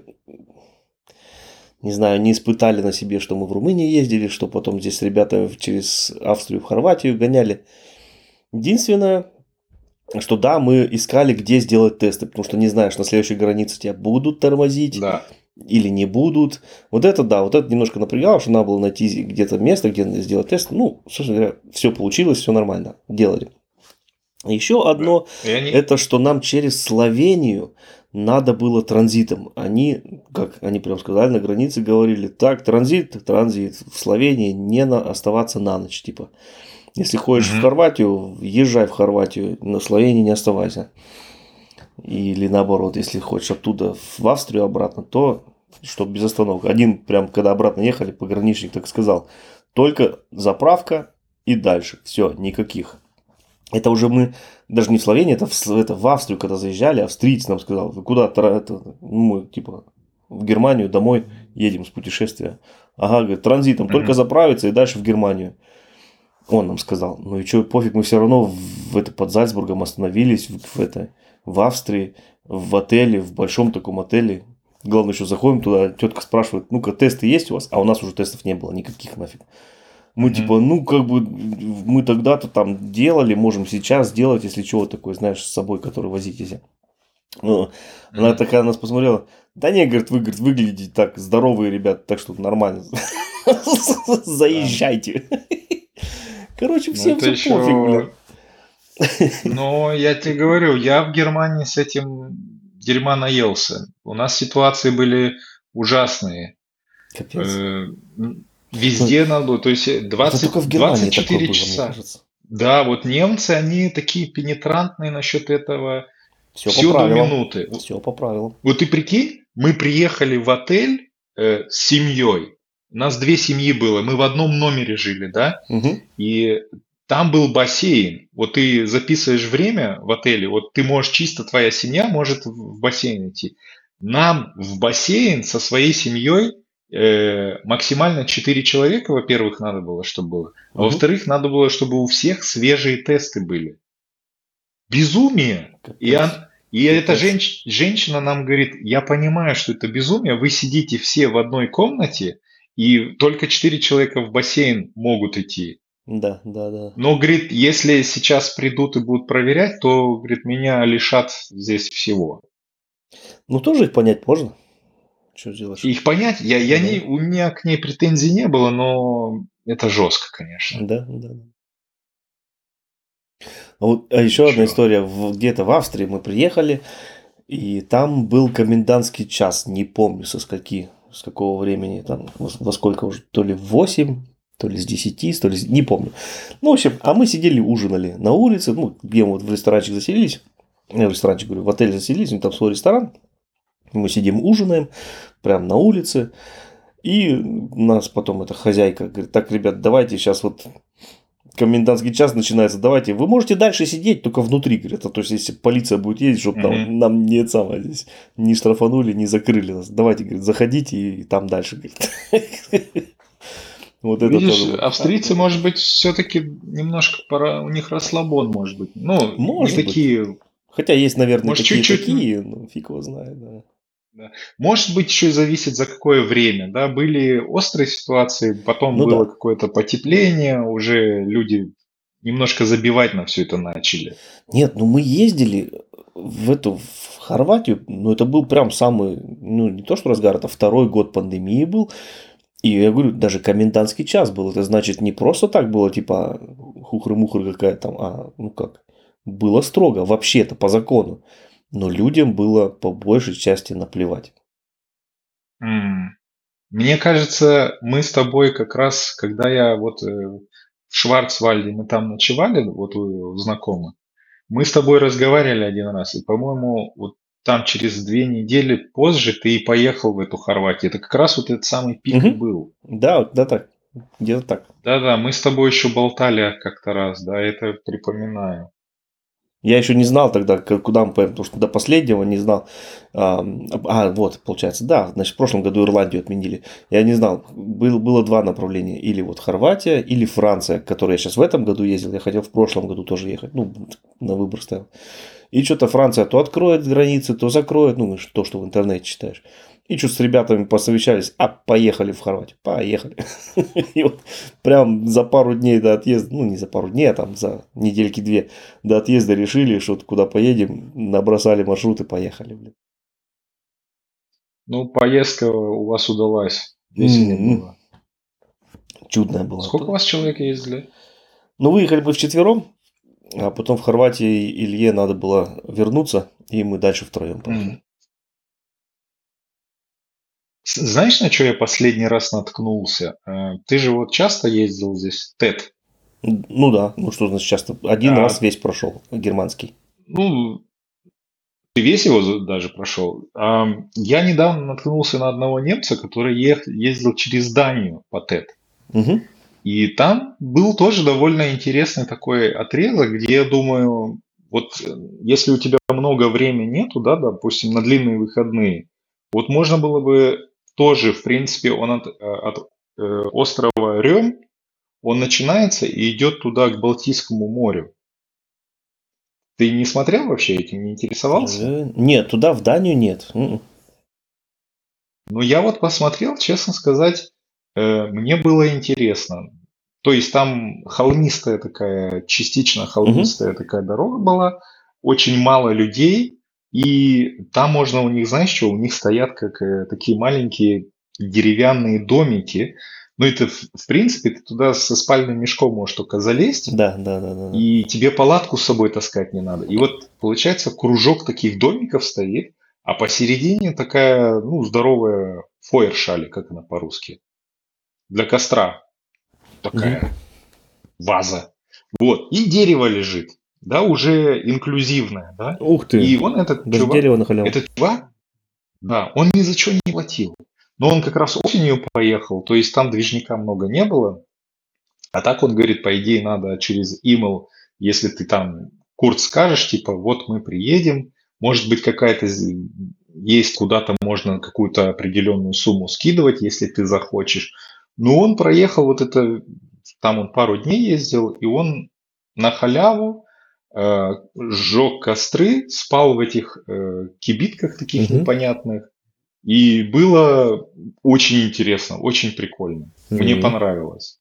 не знаю, не испытали на себе, что мы в Румынии ездили, что потом здесь ребята через Австрию в Хорватию гоняли. Единственное, что да, мы искали, где сделать тесты, потому что не знаешь, на следующей границе тебя будут тормозить Да. или не будут. Вот это да, вот это немножко напрягало, что надо было найти где-то место, где сделать тест. Ну, собственно говоря, все получилось, все нормально, делали. Еще Да. одно, И они... это что нам через Словению надо было транзитом. Они, как они прям сказали, на границе говорили, так, транзит, транзит, в Словении не на, оставаться на ночь, типа. Если ходишь в Мгм. Хорватию, езжай в Хорватию, на Словении не оставайся. Или наоборот, если хочешь оттуда в Австрию обратно, то чтобы без остановок. Один прям, когда обратно ехали, пограничник так сказал, только заправка и дальше. Все, никаких. Это уже мы, даже не в Словении, это в, это в Австрию, когда заезжали, австриец нам сказал, вы куда, это, ну, мы, типа, в Германию домой едем с путешествия. Ага, говорит, транзитом, только Мгм. заправиться и дальше в Германию. Он нам сказал, ну и что, пофиг, мы все равно в это, под Зальцбургом остановились, в, в, это, в Австрии, в отеле, в большом таком отеле. Главное, еще заходим туда, тетка спрашивает, ну-ка, тесты есть у вас? А у нас уже тестов не было, никаких нафиг. Мы Мгм. типа, ну, как бы, мы тогда-то там делали, можем сейчас сделать, если чего такое, знаешь, с собой, который возитесь. Ну, она Мгм. такая на нас посмотрела, да не, говорит, вы, говорит, выглядите так, здоровые ребята, так что нормально. Да. Заезжайте. Короче, Ну, всем это все пофиг, блин. еще... Но я тебе говорю, я в Германии с этим дерьма наелся. У нас ситуации были ужасные. Капец. Э, м, Ну, Везде надо было, то есть э, это двадцать, только в Германии двадцать такое четыре было, мне часа. кажется. Да, вот немцы, они такие пенетрантные насчет этого, Все по все до правилам. минуты. В- Все по правилам. Вот ты прикинь, мы приехали в отель э, с семьей. У нас две семьи было, мы в одном номере жили, да? Угу. И там был бассейн. Вот ты записываешь время в отеле, вот ты можешь, чисто твоя семья может в в бассейн идти. Нам в бассейн со своей семьей э, максимально четыре человека, во-первых, надо было, чтобы было. А Угу. во-вторых, надо было, чтобы у всех свежие тесты были. Безумие! И, Капец. он- и эта Капец. женщ- женщина нам говорит, я понимаю, что это безумие, вы сидите все в одной комнате, и только четыре человека в бассейн могут идти. Да, да, да. Но, говорит, если сейчас придут и будут проверять, то, говорит, меня лишат здесь всего. Ну, тоже их понять можно. Что делаешь? Их понять, я, я не, Да, у меня к ней претензий не было, но это жестко, конечно. да, да. Да. А, вот, а еще одна Ничего. история. В- где-то в Австрии мы приехали, и там был комендантский час. Не помню, со скольки, с какого времени, там, во, во сколько уже, то ли в восемь, то ли с десяти, то ли с- не помню. Ну, в общем, а мы сидели, ужинали на улице, ну, где мы вот в ресторанчик заселились. Я в ресторанчик говорю, в отель заселились, у них там свой ресторан. Мы сидим, ужинаем, прямо на улице. И нас потом эта хозяйка говорит, так, ребят, давайте сейчас вот комендантский час начинается, давайте, вы можете дальше сидеть, только внутри, говорит, а то есть, если полиция будет ездить, чтобы Мгм. нам, нам не это самое здесь, не штрафанули, не закрыли нас. Давайте, говорит, заходите и там дальше, говорит. Вот это Видишь, тоже было. А, австрийцы, может быть, все-таки немножко пора, у них расслабон, может быть. Ну, не может быть. такие, Хотя есть, наверное, может, чуть-чуть, такие-такие, но фиг его знает, да. да. Может быть, еще и зависит за какое время, да. Были острые ситуации, потом Ну было да. какое-то потепление, уже люди немножко забивать на все это начали. Нет, ну мы ездили в эту в Хорватию, ну это был прям самый, ну не то что разгар, это второй год пандемии был. И я говорю, даже комендантский час был. Это значит не просто так было, типа хухры-мухры какая там, а ну как, было строго, вообще-то по закону. Но людям было по большей части наплевать. М. Мне кажется, мы с тобой как раз, когда я вот э, в Шварцвальде, мы там ночевали, вот у знакомых, мы с тобой разговаривали один раз, и, по-моему, вот там через две недели позже ты и поехал в эту Хорватию. Это как раз вот этот самый пик и Мгм. был. Да, да так, где-то так. Да-да, мы с тобой еще болтали как-то раз, да, это припоминаю. Я еще не знал тогда, к- куда мы поедем, потому что до последнего не знал. А, а, вот, получается, да, значит, в прошлом году Ирландию отменили. Я не знал, был, было два направления, или вот Хорватия, или Франция, к которой я сейчас в этом году ездил, я хотел в прошлом году тоже ехать, ну, на выбор ставил. И что-то Франция то откроет границы, то закроет, ну, то, что в интернете читаешь. И что-то с ребятами посовещались, а поехали в Хорватию, поехали. И вот прям за пару дней до отъезда, ну не за пару дней, а там за недельки две до отъезда решили, что куда поедем, набросали маршрут и поехали. Блин. Ну, поездка у вас удалась, весело М-м, было. чудное было. Сколько у вас человек ездили? Ну, выехали мы вчетвером, а потом в Хорватии Илье надо было вернуться, и мы дальше втроем М. поехали. С- Знаешь, на что я последний раз наткнулся? Э, Ты же вот часто ездил здесь, Тед? Ну да, ну что значит часто? Один раз А, весь прошел, германский. ну, ты весь его за- даже прошел. А, я недавно наткнулся на одного немца, который ех- ездил через Данию по Тед. Угу, И там был тоже довольно интересный такой отрезок, где я думаю, вот э, если у тебя много времени нету, да, допустим, на длинные выходные, вот можно было бы тоже, в принципе, он от, э, от, э, острова Рём, он начинается и идет туда, к Балтийскому морю. Ты не смотрел вообще этим, не интересовался? Нет, туда, в Данию нет. М-м. Ну, я вот посмотрел, честно сказать, э, мне было интересно. То есть там холмистая такая, частично Мгм. холмистая такая дорога была, очень мало людей, и там можно у них, знаешь что, у них стоят как э, такие маленькие деревянные домики. Ну, это, в в принципе, ты туда со спальным мешком можешь только залезть, Да, да, да, да, да. и тебе палатку с собой таскать не надо. И вот, получается, кружок таких домиков стоит, а посередине такая, ну, здоровая фойершаль, как она по-русски, для костра Мгм. такая ваза. Вот, и дерево лежит, да, уже инклюзивное, да. Ух ты, И он, этот даже чувак, дерево на халяву. этот чувак, да, он ни за что не платил. Но он как раз осенью поехал, то есть там движника много не было. А так он говорит, по идее, надо через email, если ты там, Курт, скажешь, типа, вот мы приедем, может быть, какая-то з- есть куда-то можно какую-то определенную сумму скидывать, если ты захочешь. Но он проехал вот это, там он пару дней ездил, и он на халяву э, сжег костры, спал в этих э, кибитках таких Мгм. непонятных. И было очень интересно, очень прикольно. Мне М. понравилось.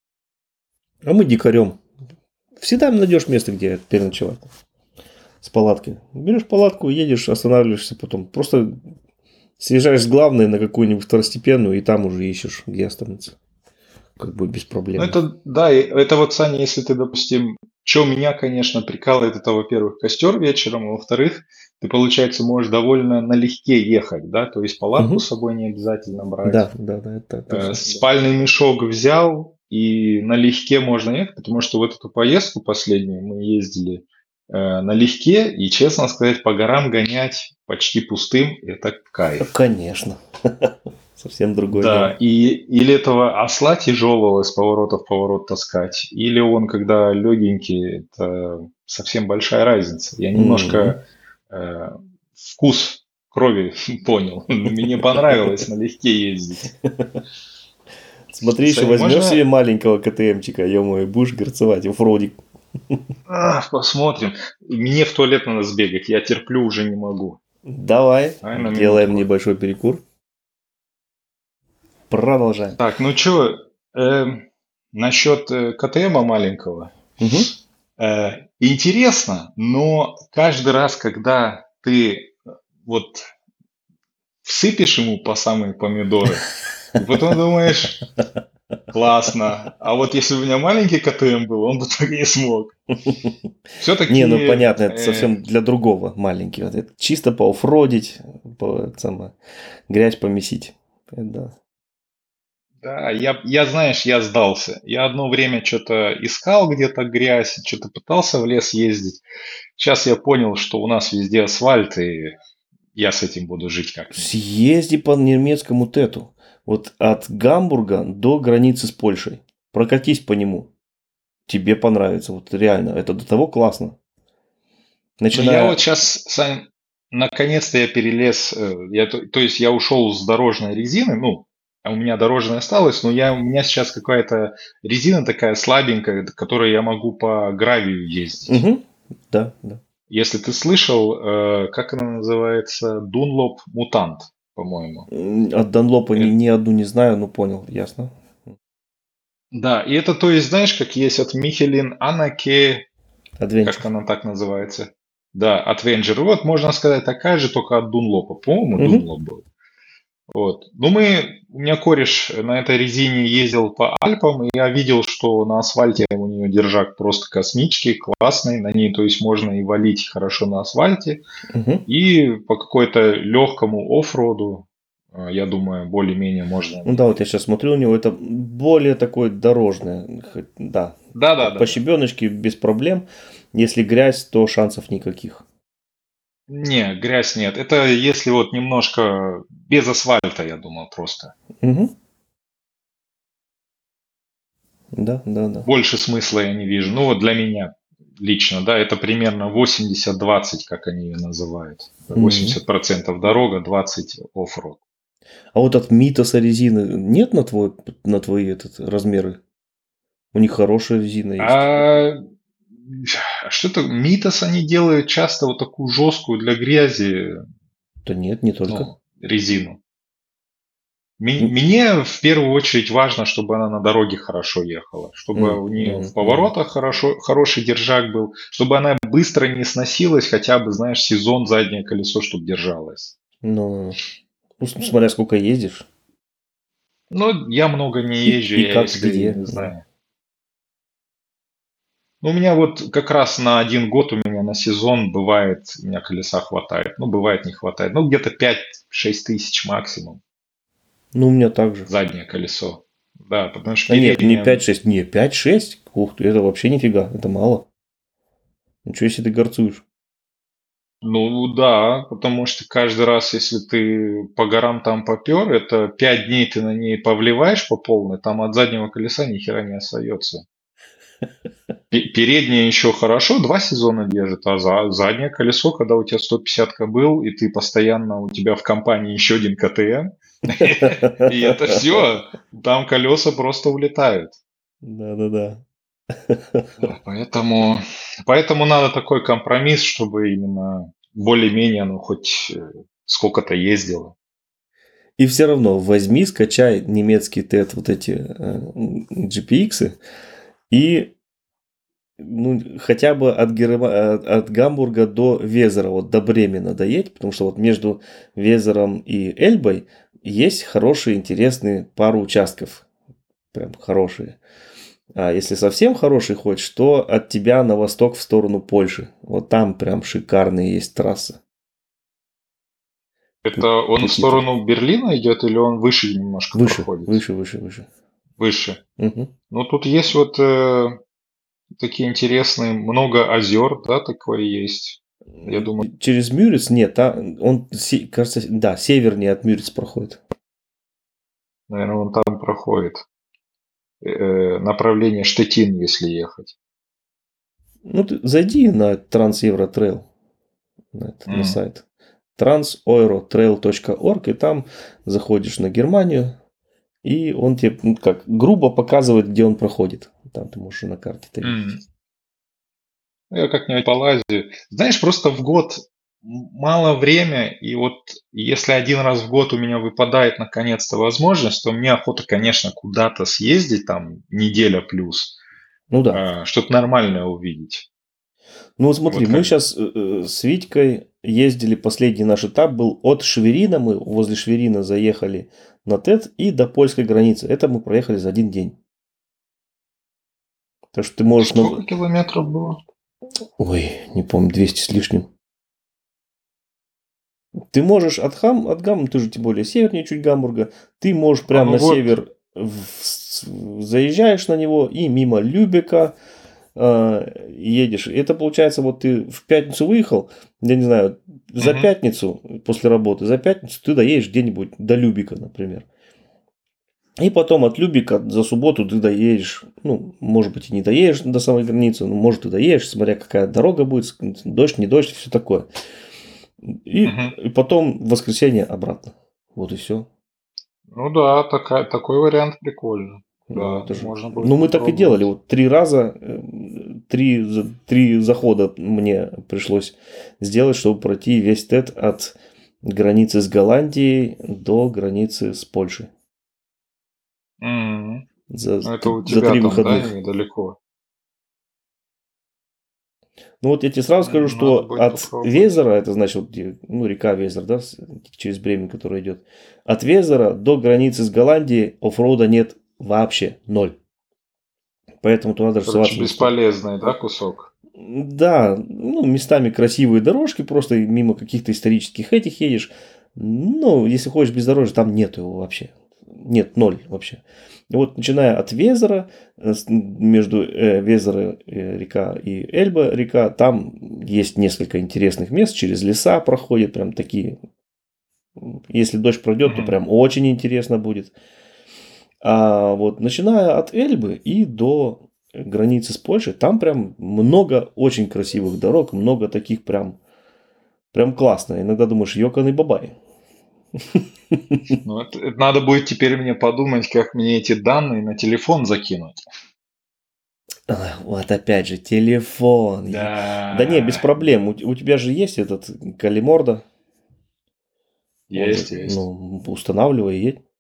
А мы дикарем. Всегда найдешь место, где переночевать. С палаткой. Берешь палатку, едешь, останавливаешься потом. Просто съезжаешь с главной на какую-нибудь второстепенную, и там уже ищешь, где остановиться. Как бы без Ну, проблем. это, да, и это вот, Саня, если ты, допустим, что меня, конечно, прикалывает, это, во-первых, костер вечером, а во-вторых, ты, получается, можешь довольно налегке ехать, да, то есть палатку Мгм. с собой не обязательно брать. Да, да, да, это Э, точно. спальный мешок взял, и налегке можно ехать, потому что вот эту поездку последнюю мы ездили э, налегке, и, честно сказать, по горам гонять почти пустым– это Ну, кайф. конечно. Совсем другое Да, дело. и или этого осла тяжелого с поворота в поворот таскать, или он, когда легенький, это совсем большая разница. Я М. немножко э, вкус крови понял. Мне понравилось налегке ездить. Смотри, еще Кстати, возьмешь себе можно маленького КТМчика, ё-моё, будешь горцевать, оффроудик. а, посмотрим. Мне в туалет надо сбегать, я терплю уже не могу. Давай, Давай на делаем минутку. небольшой перекур. Продолжаем. Так, ну что, насчет э, КТМа маленького. Мгм. Э, интересно, но каждый раз, когда ты э, вот всыпешь ему по самые помидоры, и потом думаешь, классно, а вот если бы у меня маленький КТМ был, он бы так и не смог. Не, ну Все-таки, понятно, это совсем для другого маленький. Вот это чисто поофродить, по, это самое, грязь помесить. Это да. да, я, я, знаешь, я сдался. Я одно время что-то искал где-то грязь, что-то пытался в лес ездить. Сейчас я понял, что у нас везде асфальт, и я с этим буду жить как-нибудь. Съезди по немецкому Тету. Вот от Гамбурга до границы с Польшей. Прокатись по нему. Тебе понравится. Вот реально. Это до того классно. Но я вот Начиная... сейчас, Сань, наконец-то я перелез, э, я, то, то есть я ушел с дорожной резины, ну, а у меня дорожная осталась, но я, у меня сейчас какая-то резина такая слабенькая, которой я могу по гравию ездить. Мгм. Да, да. Если ты слышал, э, как она называется, Dunlop Mutant, по-моему. М, От Данлопа ни, Э, ни одну не знаю, ну понял, ясно. да, и это, то есть, знаешь, как есть от Michelin Aнаке, как Адвенчур. она так называется? Да, от Avenger. Вот, можно сказать, такая же, только от Dunlop. По-моему, Мгм. Dunlop был. Вот. Ну, мы, у меня кореш на этой резине ездил по Альпам, и я видел, что на асфальте у нее держак просто космический, классный. На ней, то есть, можно и валить хорошо на асфальте, Мгм. и по какой-то легкому оффроду э, я думаю, более-менее можно. Ну да, вот я сейчас смотрю, у него это более такое дорожное. Да, Да, да, да. по щебеночке без проблем. Если грязь, то шансов никаких. Не, грязь нет. Это если вот немножко без асфальта, я думаю, просто. Угу. Да, да, да. Больше смысла я не вижу. Ну вот для меня лично, да, это примерно восемьдесят двадцать, как они ее называют. восемьдесят процентов дорога, двадцать оффроуд. А вот от Митоса резины нет на, твой, на твои этот, размеры? У них хорошая резина есть. А что-то Митос они делают часто вот такую жесткую для грязи. Да нет, не только. Ну, резину. Мне в первую очередь важно, чтобы она на дороге хорошо ехала, чтобы Mm, у нее mm, в поворотах хорошо, хороший держак был, чтобы она быстро не сносилась, хотя бы, знаешь, сезон заднее колесо, чтобы держалось. Ну, ну, смотря сколько ездишь. Ну, я много не И, езжу, и я как, если где. не знаю. Ну, у меня вот как раз на один год у меня на сезон бывает, у меня колеса хватает. Ну, бывает не хватает. Ну, где-то пять-шесть тысяч максимум. Ну, у меня так же. Заднее колесо. Да, потому что А нет, не переднее... пять-шесть, не, пять-шесть. Ух ты, это вообще нифига, это мало. Ничего себе ты горцуешь. Ну да, потому что каждый раз, если ты по горам там попер, это пять дней ты на ней повливаешь по полной, там от заднего колеса ни хера не остается. Пе- Переднее еще хорошо, два сезона держит, а за заднее колесо, когда у тебя сто пятьдесят кобыл, и ты постоянно, у тебя в компании еще один ка тэ эм, и это все, там колеса просто улетают. Да-да-да. Да, Поэтому, поэтому надо такой компромисс, чтобы именно более-менее, ну, хоть э, сколько-то ездило. И все равно возьми, скачай немецкий тет, вот эти э, джи пи икс, и ну, хотя бы от, Герма- от, от Гамбурга до Везера, вот до Бремена доедь, потому что вот между Везером и Эльбой есть хорошие, интересные пару участков. Прям хорошие. А если совсем хороший хочешь, то от тебя на восток в сторону Польши. Вот там прям шикарные есть трассы. Это он в Какие-то сторону Берлина идет или он выше немножко выше, проходит? выше, выше, выше. Выше. Угу. Ну, тут есть вот э, такие интересные, много озер, да, такое есть. Я думаю, Через Мюриц нет, а он, се- кажется, да, севернее от Мюриц проходит. наверное, он там проходит. Э, направление Штетин, если ехать. Ну, ты зайди на Трансевротрейл, на, это- на М. сайт transeuro-trail точка орг, и там заходишь на Германию, и он тебе, ну, как, грубо показывает, где он проходит. Там ты можешь и на карте это М. видеть. Я как-нибудь полазю. Знаешь, просто в год м- мало время, и вот если один раз в год у меня выпадает наконец-то возможность, то мне охота, конечно, куда-то съездить, там неделя плюс, Ну да. э, что-то нормальное увидеть. Ну вот смотри, Вот мы как... сейчас с Витькой ездили, последний наш этап был от Шверина, мы возле Шверина заехали на ТЭТ и до польской границы. Это мы проехали за один день. Так что ты можешь... Сколько на- километров было? Ой, не помню, двести с лишним. Ты можешь от, Хам, от Гамбурга, ты же тем более севернее чуть Гамбурга, ты можешь А, прямо ну на вот. север в- заезжаешь на него и мимо Любека э, едешь. И это получается, вот ты в пятницу выехал, я не знаю, за Мгм. пятницу после работы, за пятницу ты доедешь где-нибудь до Любика, например. И потом от Любика за субботу ты доедешь, ну, может быть, и не доедешь до самой границы, но может и доедешь, смотря какая дорога будет, дождь, не дождь, все такое. И, Мгм. и потом в воскресенье обратно. Вот и все. Ну да, такая, такой вариант прикольно. Ну, Да, это же... можно будет ну, мы так и делали. попробовать. Вот три раза, э, три, за- три захода мне пришлось сделать, чтобы пройти весь ТЭТ от границы с Голландией до границы с Польшей. Мгм. За, Ну, это у за тебя три там, да, выходных. недалеко? Ну вот я тебе сразу скажу, М, Надо что будет от попробовать. Везера, это значит, вот где, ну, река Везер, да, с- через Бремен, которая идет, от Везера до границы с Голландией оффроуда нет вообще, ноль. Поэтому туда даже Короче, соваться не стоит. бесполезный, да, кусок? Да, ну, местами красивые дорожки, просто мимо каких-то исторических этих едешь. Ну, если хочешь бездорожье, там нету его вообще. Нет, ноль вообще. И вот начиная от Везера, э, с- между э, Везера э, река и Эльба река, там есть несколько интересных мест, через леса проходят, прям такие. Если дождь пройдет, то Мгм. прям очень интересно будет. А вот начиная от Эльбы и до границы с Польшей, там прям много очень красивых дорог, много таких прям, прям классно. Иногда думаешь, ёканый бабай. Ну, это, это надо будет теперь мне подумать, как мне эти данные на телефон закинуть. А, Вот опять же, телефон. Е- Да не, без Да, проблем. У, да, у тебя же есть этот Калиморда. Он же, есть, есть. ну, устанавливай и едь.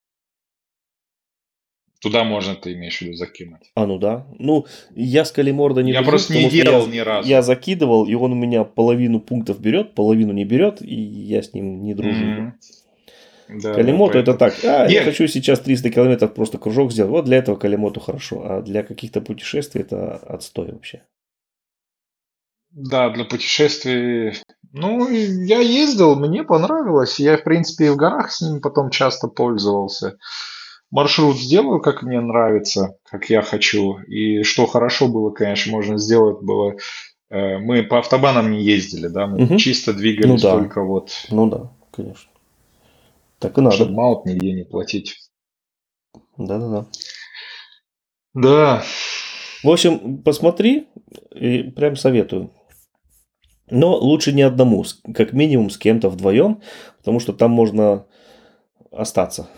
Туда можно, ты имеешь в виду, закинуть. А, ну да. Ну, я с Калиморда не Я дружу, просто не потому что я, делал ни я разу. закидывал, и он у меня половину пунктов берет, половину не берет, и я с ним не дружу. М, Да, да, Калимоту это поэтому. так, а, я Нет, хочу сейчас триста километров просто кружок сделать. Вот для этого Калимоту хорошо, а для каких-то путешествий это отстой вообще. да, для путешествий. Ну, и я ездил, мне понравилось. Я, в принципе, и в горах с ним потом часто пользовался. Маршрут сделаю, как мне нравится, как я хочу. И что хорошо было, конечно, можно сделать было. э, Мы по автобанам не ездили, да, мы Мгм. чисто Ну двигались да, только вот, ну да, конечно. Так и надо. чтобы мало нигде не платить. Да-да-да. Да, В общем, посмотри, и прям советую. Но лучше не одному, с- как минимум с кем-то вдвоем, потому что там можно остаться.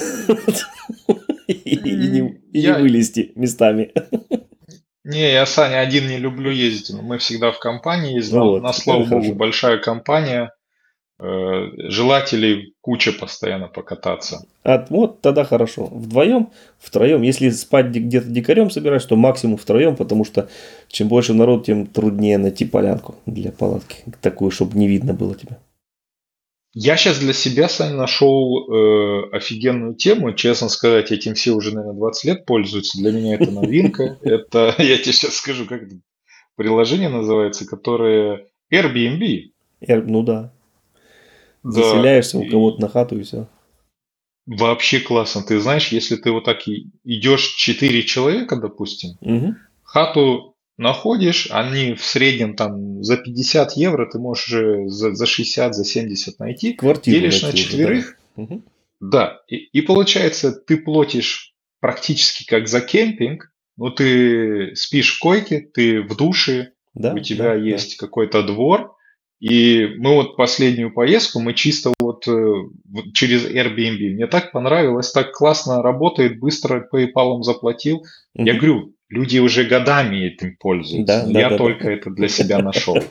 И не, М, и не я, вылезти местами. не, я, Саня, один не люблю ездить, но мы всегда в компании ездим. Ну На, вот, нас, это слава богу, хорошо. большая компания, э, желателей куча постоянно покататься. А вот тогда хорошо. Вдвоем, втроем. Если спать ди- где-то дикарем собираешь, то максимум втроем, потому что чем больше народ, тем труднее найти полянку для палатки. Такую, чтобы не видно было тебя. Я сейчас для себя, Саня, нашел э, офигенную тему. Честно сказать, этим все уже, наверное, двадцать лет пользуются. Для меня это новинка. Это, я тебе сейчас скажу, как это приложение называется, которое Airbnb. Я- ну да. Да, Заселяешься у кого-то и на хату и все. вообще классно. Ты знаешь, если ты вот так и идешь четыре человека, допустим, Угу. хату находишь, они в среднем там за пятьдесят евро ты можешь уже за, за шестьдесят, за семьдесят найти, Квартиру делишь на найти уже, да. четверых, Мгм. да, и, и получается ты платишь практически как за кемпинг, но ты спишь в койке, ты в душе, у Да, тебя да, да. есть какой-то двор, и мы вот последнюю поездку, мы чисто вот э, в- через Airbnb. Мне так понравилось, так классно работает, быстро PayPal заплатил. Я Мгм. говорю, люди уже годами этим пользуются, Да, но да, я да, да. только это для себя нашел.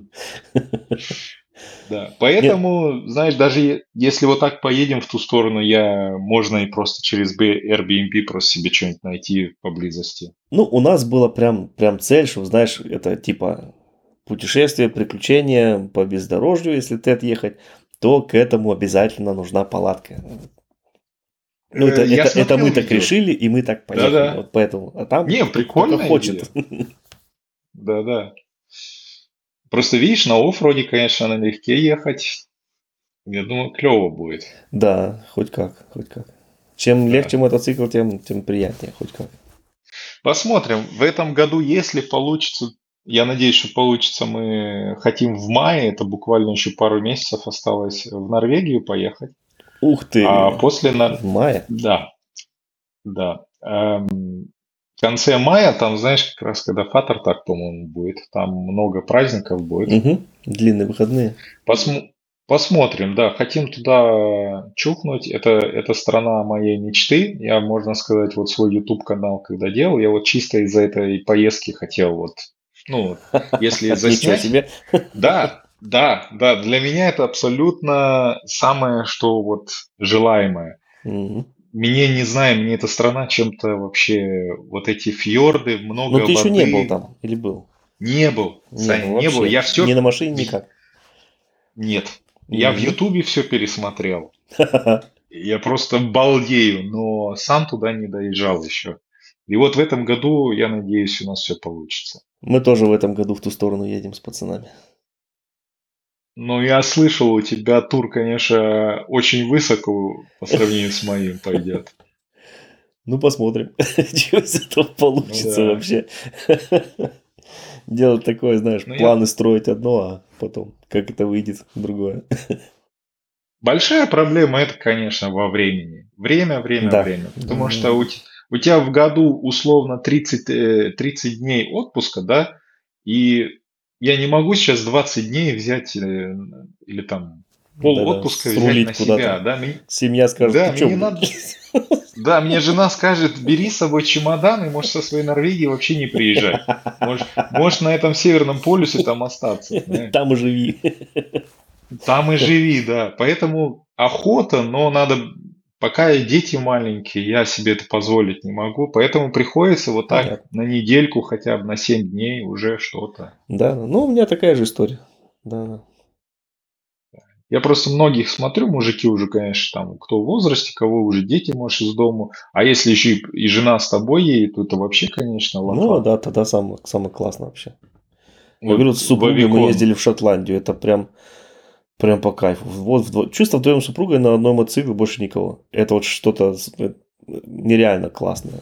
Да, Нет, поэтому, знаешь, даже е- если вот так поедем в ту сторону, я можно и просто через Б- Airbnb просто себе что-нибудь найти поблизости. ну, у нас было прям, прям цель, что, знаешь, это типа путешествие, приключения по бездорожью, если ты отъехать, то к этому обязательно нужна палатка. Ну, это, Э, Я это, это мы смотрел так видео. решили, и мы так поехали. Да-да. Вот поэтому. А там Не, кто только прикольная хочет. идея. Да-да. Просто видишь, на оффроде, конечно, налегке ехать. Я думаю, клево будет. Да, хоть как, хоть как. Чем Да. легче мотоцикл, тем, тем приятнее, хоть как. Посмотрим. В этом году, если получится, я надеюсь, что получится, мы хотим в мае, это буквально еще пару месяцев осталось, в Норвегию поехать. Ух А ты! после, Нор- В мае. да, да. Эм, в конце мая, там, знаешь, как раз когда Фатертак, по-моему, будет, там много праздников будет. Угу. Длинные выходные. Посм- Посмотрим, да, хотим туда чухнуть. Это, это страна моей мечты. Я, можно сказать, вот свой YouTube канал, когда делал, я вот чисто из-за этой поездки хотел вот, ну, если Ничего заснять, себе. да, да, да, для меня это абсолютно самое, что вот желаемое. Мгм. Мне, не знаю, мне эта страна чем-то вообще, вот эти фьорды, Но много ты еще не был воды, там или был? не был, Не Саня, был не был. вообще. Я Ни все, на машине, никак. нет, я в М. Ютубе все пересмотрел. Я просто балдею, но сам туда не доезжал еще. И вот в этом году, я надеюсь, у нас все получится. Мы тоже в этом году в ту сторону едем с пацанами. Ну, я слышал, у тебя тур, конечно, очень высоко по сравнению с моим пойдет. Ну, посмотрим, что из этого Ну получится да. вообще. Делать такое, знаешь, Ну, я... планы строить одно, а потом как это выйдет другое. Большая проблема это, конечно, во времени. Время, время, Да, время. да, Потому да, что у, да. те- у тебя в году условно тридцать, э, тридцать дней отпуска, да, и я не могу сейчас двадцать дней взять э, или там пол Да-да, отпуска взять срулить на себя, куда-то. да. Мне- Семья скажет, да, ты мне чё, не блин? надо. Да, мне жена скажет, бери с собой чемодан и можешь со своей Норвегии вообще не приезжать. Можешь, можешь на этом северном полюсе там остаться, знаешь. Там и живи. Там и живи, да. Поэтому охота, но надо, пока и дети маленькие, я себе это позволить не могу. Поэтому приходится вот так Понятно. на недельку, хотя бы на семь дней уже что-то. Да, ну у меня такая же история. Да, да. Я просто многих смотрю, мужики уже, конечно, там, кто в возрасте, кого уже дети, может, из дому. А если еще и, и жена с тобой едет, то это вообще, конечно, Ну лафа. да, тогда самое, самое классное вообще. Я говорю, Вот с супругой мы Вовикон. ездили в Шотландию. Это прям, прям по кайфу. Вот вдво- чисто вдвоем с супругой на одной мотоцикле, больше никого. Это вот что-то с- э, нереально классное.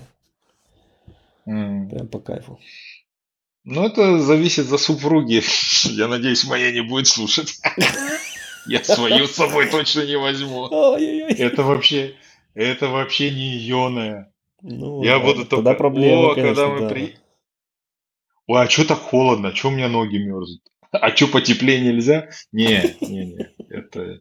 М. Прям по кайфу. Ну, это зависит за супруги. Я надеюсь, моя не будет слушать. Я свою с собой точно не возьму. Ой-ой-ой. Это вообще, это вообще не ионное. Ну Я да, буду тогда только, проблемы, о, когда конечно, мы да. при... Ой, а что так холодно? Что у меня ноги мерзнут? А что, потеплее нельзя? Не, не, не. Это...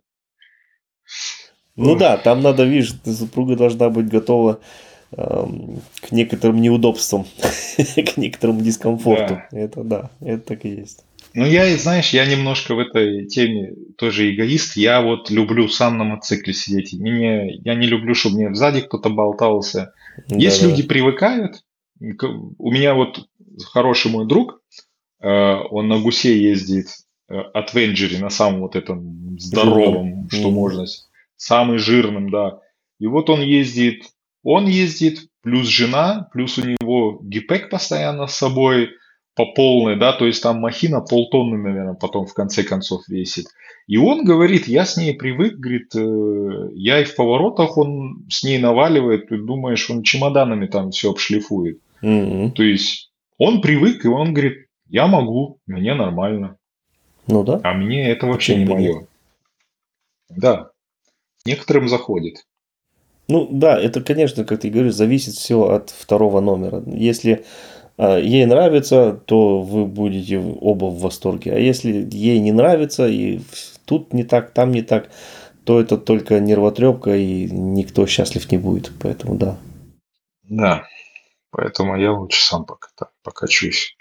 Ну Ой, да, там надо, видишь, ты- супруга должна быть готова эм, к некоторым неудобствам, к некоторому дискомфорту. да. Это да, это так и есть. Ну, я, и знаешь, я немножко в этой теме тоже эгоист. Я вот люблю сам на мотоцикле сидеть. И Мне, я не люблю, чтобы мне сзади кто-то болтался. Есть люди Да-да-да. привыкают. К- У меня вот хороший мой друг, э, он на гусе ездит, э, от Венджери, на самом вот этом Жирным. здоровом, что Мгм. можно, с- самый жирным, да. И вот он ездит, он ездит, плюс жена, плюс у него гипек постоянно с собой, по полной, да, то есть там махина полтонны, наверное, потом в конце концов весит. И он говорит, я с ней привык, говорит, э, я и в поворотах он с ней наваливает, ты думаешь, он чемоданами там все обшлифует. Мгм. То есть он привык, и он говорит, я могу, мне нормально. Ну да, А мне это вообще почему не бы нет? мое. Да, некоторым заходит. Ну да, это, конечно, как ты говоришь, зависит все от второго номера. Если а, ей нравится, то вы будете оба в восторге. А если ей не нравится, и в- тут не так, там не так, то это только нервотрепка, и никто счастлив не будет. Поэтому да. Да, поэтому я лучше сам пока так покачусь.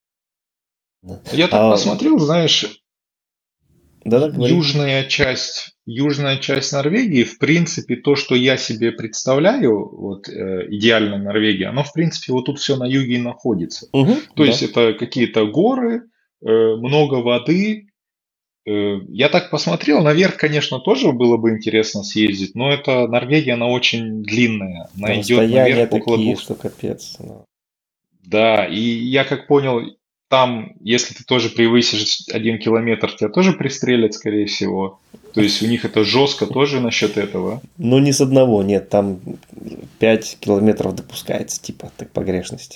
Да. Я так А, посмотрел, знаешь, да-да, говори. южная часть, южная часть Норвегии, в принципе, то, что я себе представляю, вот э, идеальная Норвегия, оно, в принципе, вот тут все на юге и находится. Угу, То есть да. это какие-то горы, э, много воды. Э, я так посмотрел, наверх, конечно, тоже было бы интересно съездить, но это Норвегия, она очень длинная, она идет Расстояния наверх около такие, двух. что капец. Да. Да, и я как понял, там, если ты тоже превысишь один километр, тебя тоже пристрелят, скорее всего. То есть у них это жестко тоже насчет этого. Но не с одного, нет, там пять километров допускается, типа, так погрешности.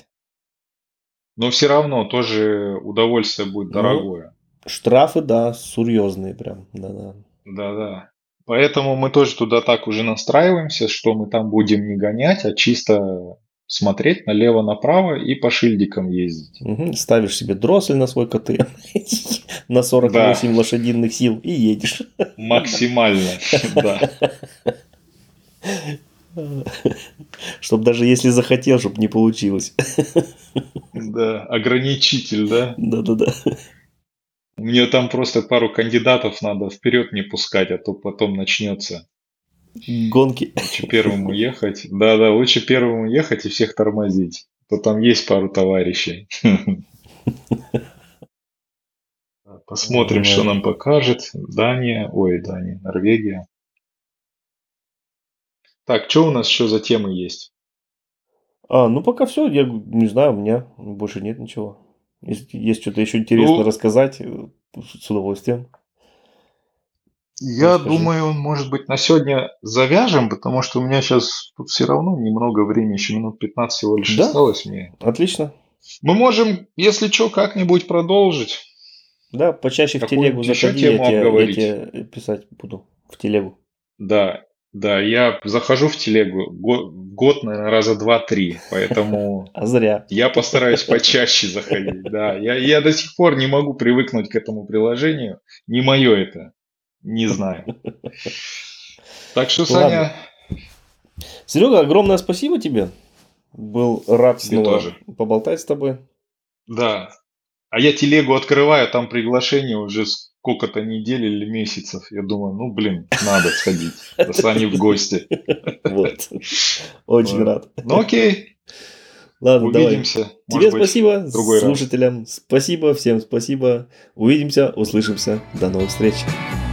Но все равно тоже удовольствие будет Ну, дорогое. штрафы, да, серьезные прям, да-да. Да-да. Поэтому мы тоже туда так уже настраиваемся, что мы там будем не гонять, а чисто смотреть налево-направо и по шильдикам ездить. Мгм. Ставишь себе дроссель на свой КТ на сорок Да, восемь лошадиных сил и едешь. максимально, да. Чтоб даже если захотел, чтобы не получилось. Да, ограничитель, да. Да-да-да. Мне там просто пару кандидатов надо вперед не пускать, а то потом начнется. Гонки. Лучше первому ехать. Да-да, лучше первому ехать и всех тормозить. То там есть пару товарищей. Посмотрим, что Ой. нам покажет. Дания, ой, Дания, Норвегия. Так, что у нас еще за темы есть? А, ну пока все, я не знаю, у меня больше нет ничего. Если есть что-то еще интересно Ну, рассказать, э, с удовольствием. Я Расскажи. думаю, может быть, на сегодня завяжем, потому что у меня сейчас тут все равно немного времени, еще минут пятнадцать всего лишь Да, осталось мне. отлично. Мы можем, если что, как-нибудь продолжить, Да, почаще в телегу какую-нибудь еще заходи, я тему тебе, я обговорить. тебе писать буду в телегу. Да, да, я захожу в телегу го- в год, наверное, раза два-три, поэтому А зря. я постараюсь почаще заходить. Да, я, я до сих пор не могу привыкнуть к этому приложению. Не мое это. Не знаю. Так что, Ладно. Саня, Серега, огромное спасибо тебе. Был рад тебе снова тоже. поболтать с тобой. Да. А я телегу открываю, там приглашение уже сколько-то недель или месяцев. Я думаю, ну, блин, надо сходить. До Сани в гости. Вот. Очень Вот. рад. Ну, окей. Ладно, давай. Увидимся. Тебе Может быть, в спасибо, другой раз. слушателям спасибо, всем спасибо. Увидимся, услышимся. До новых встреч.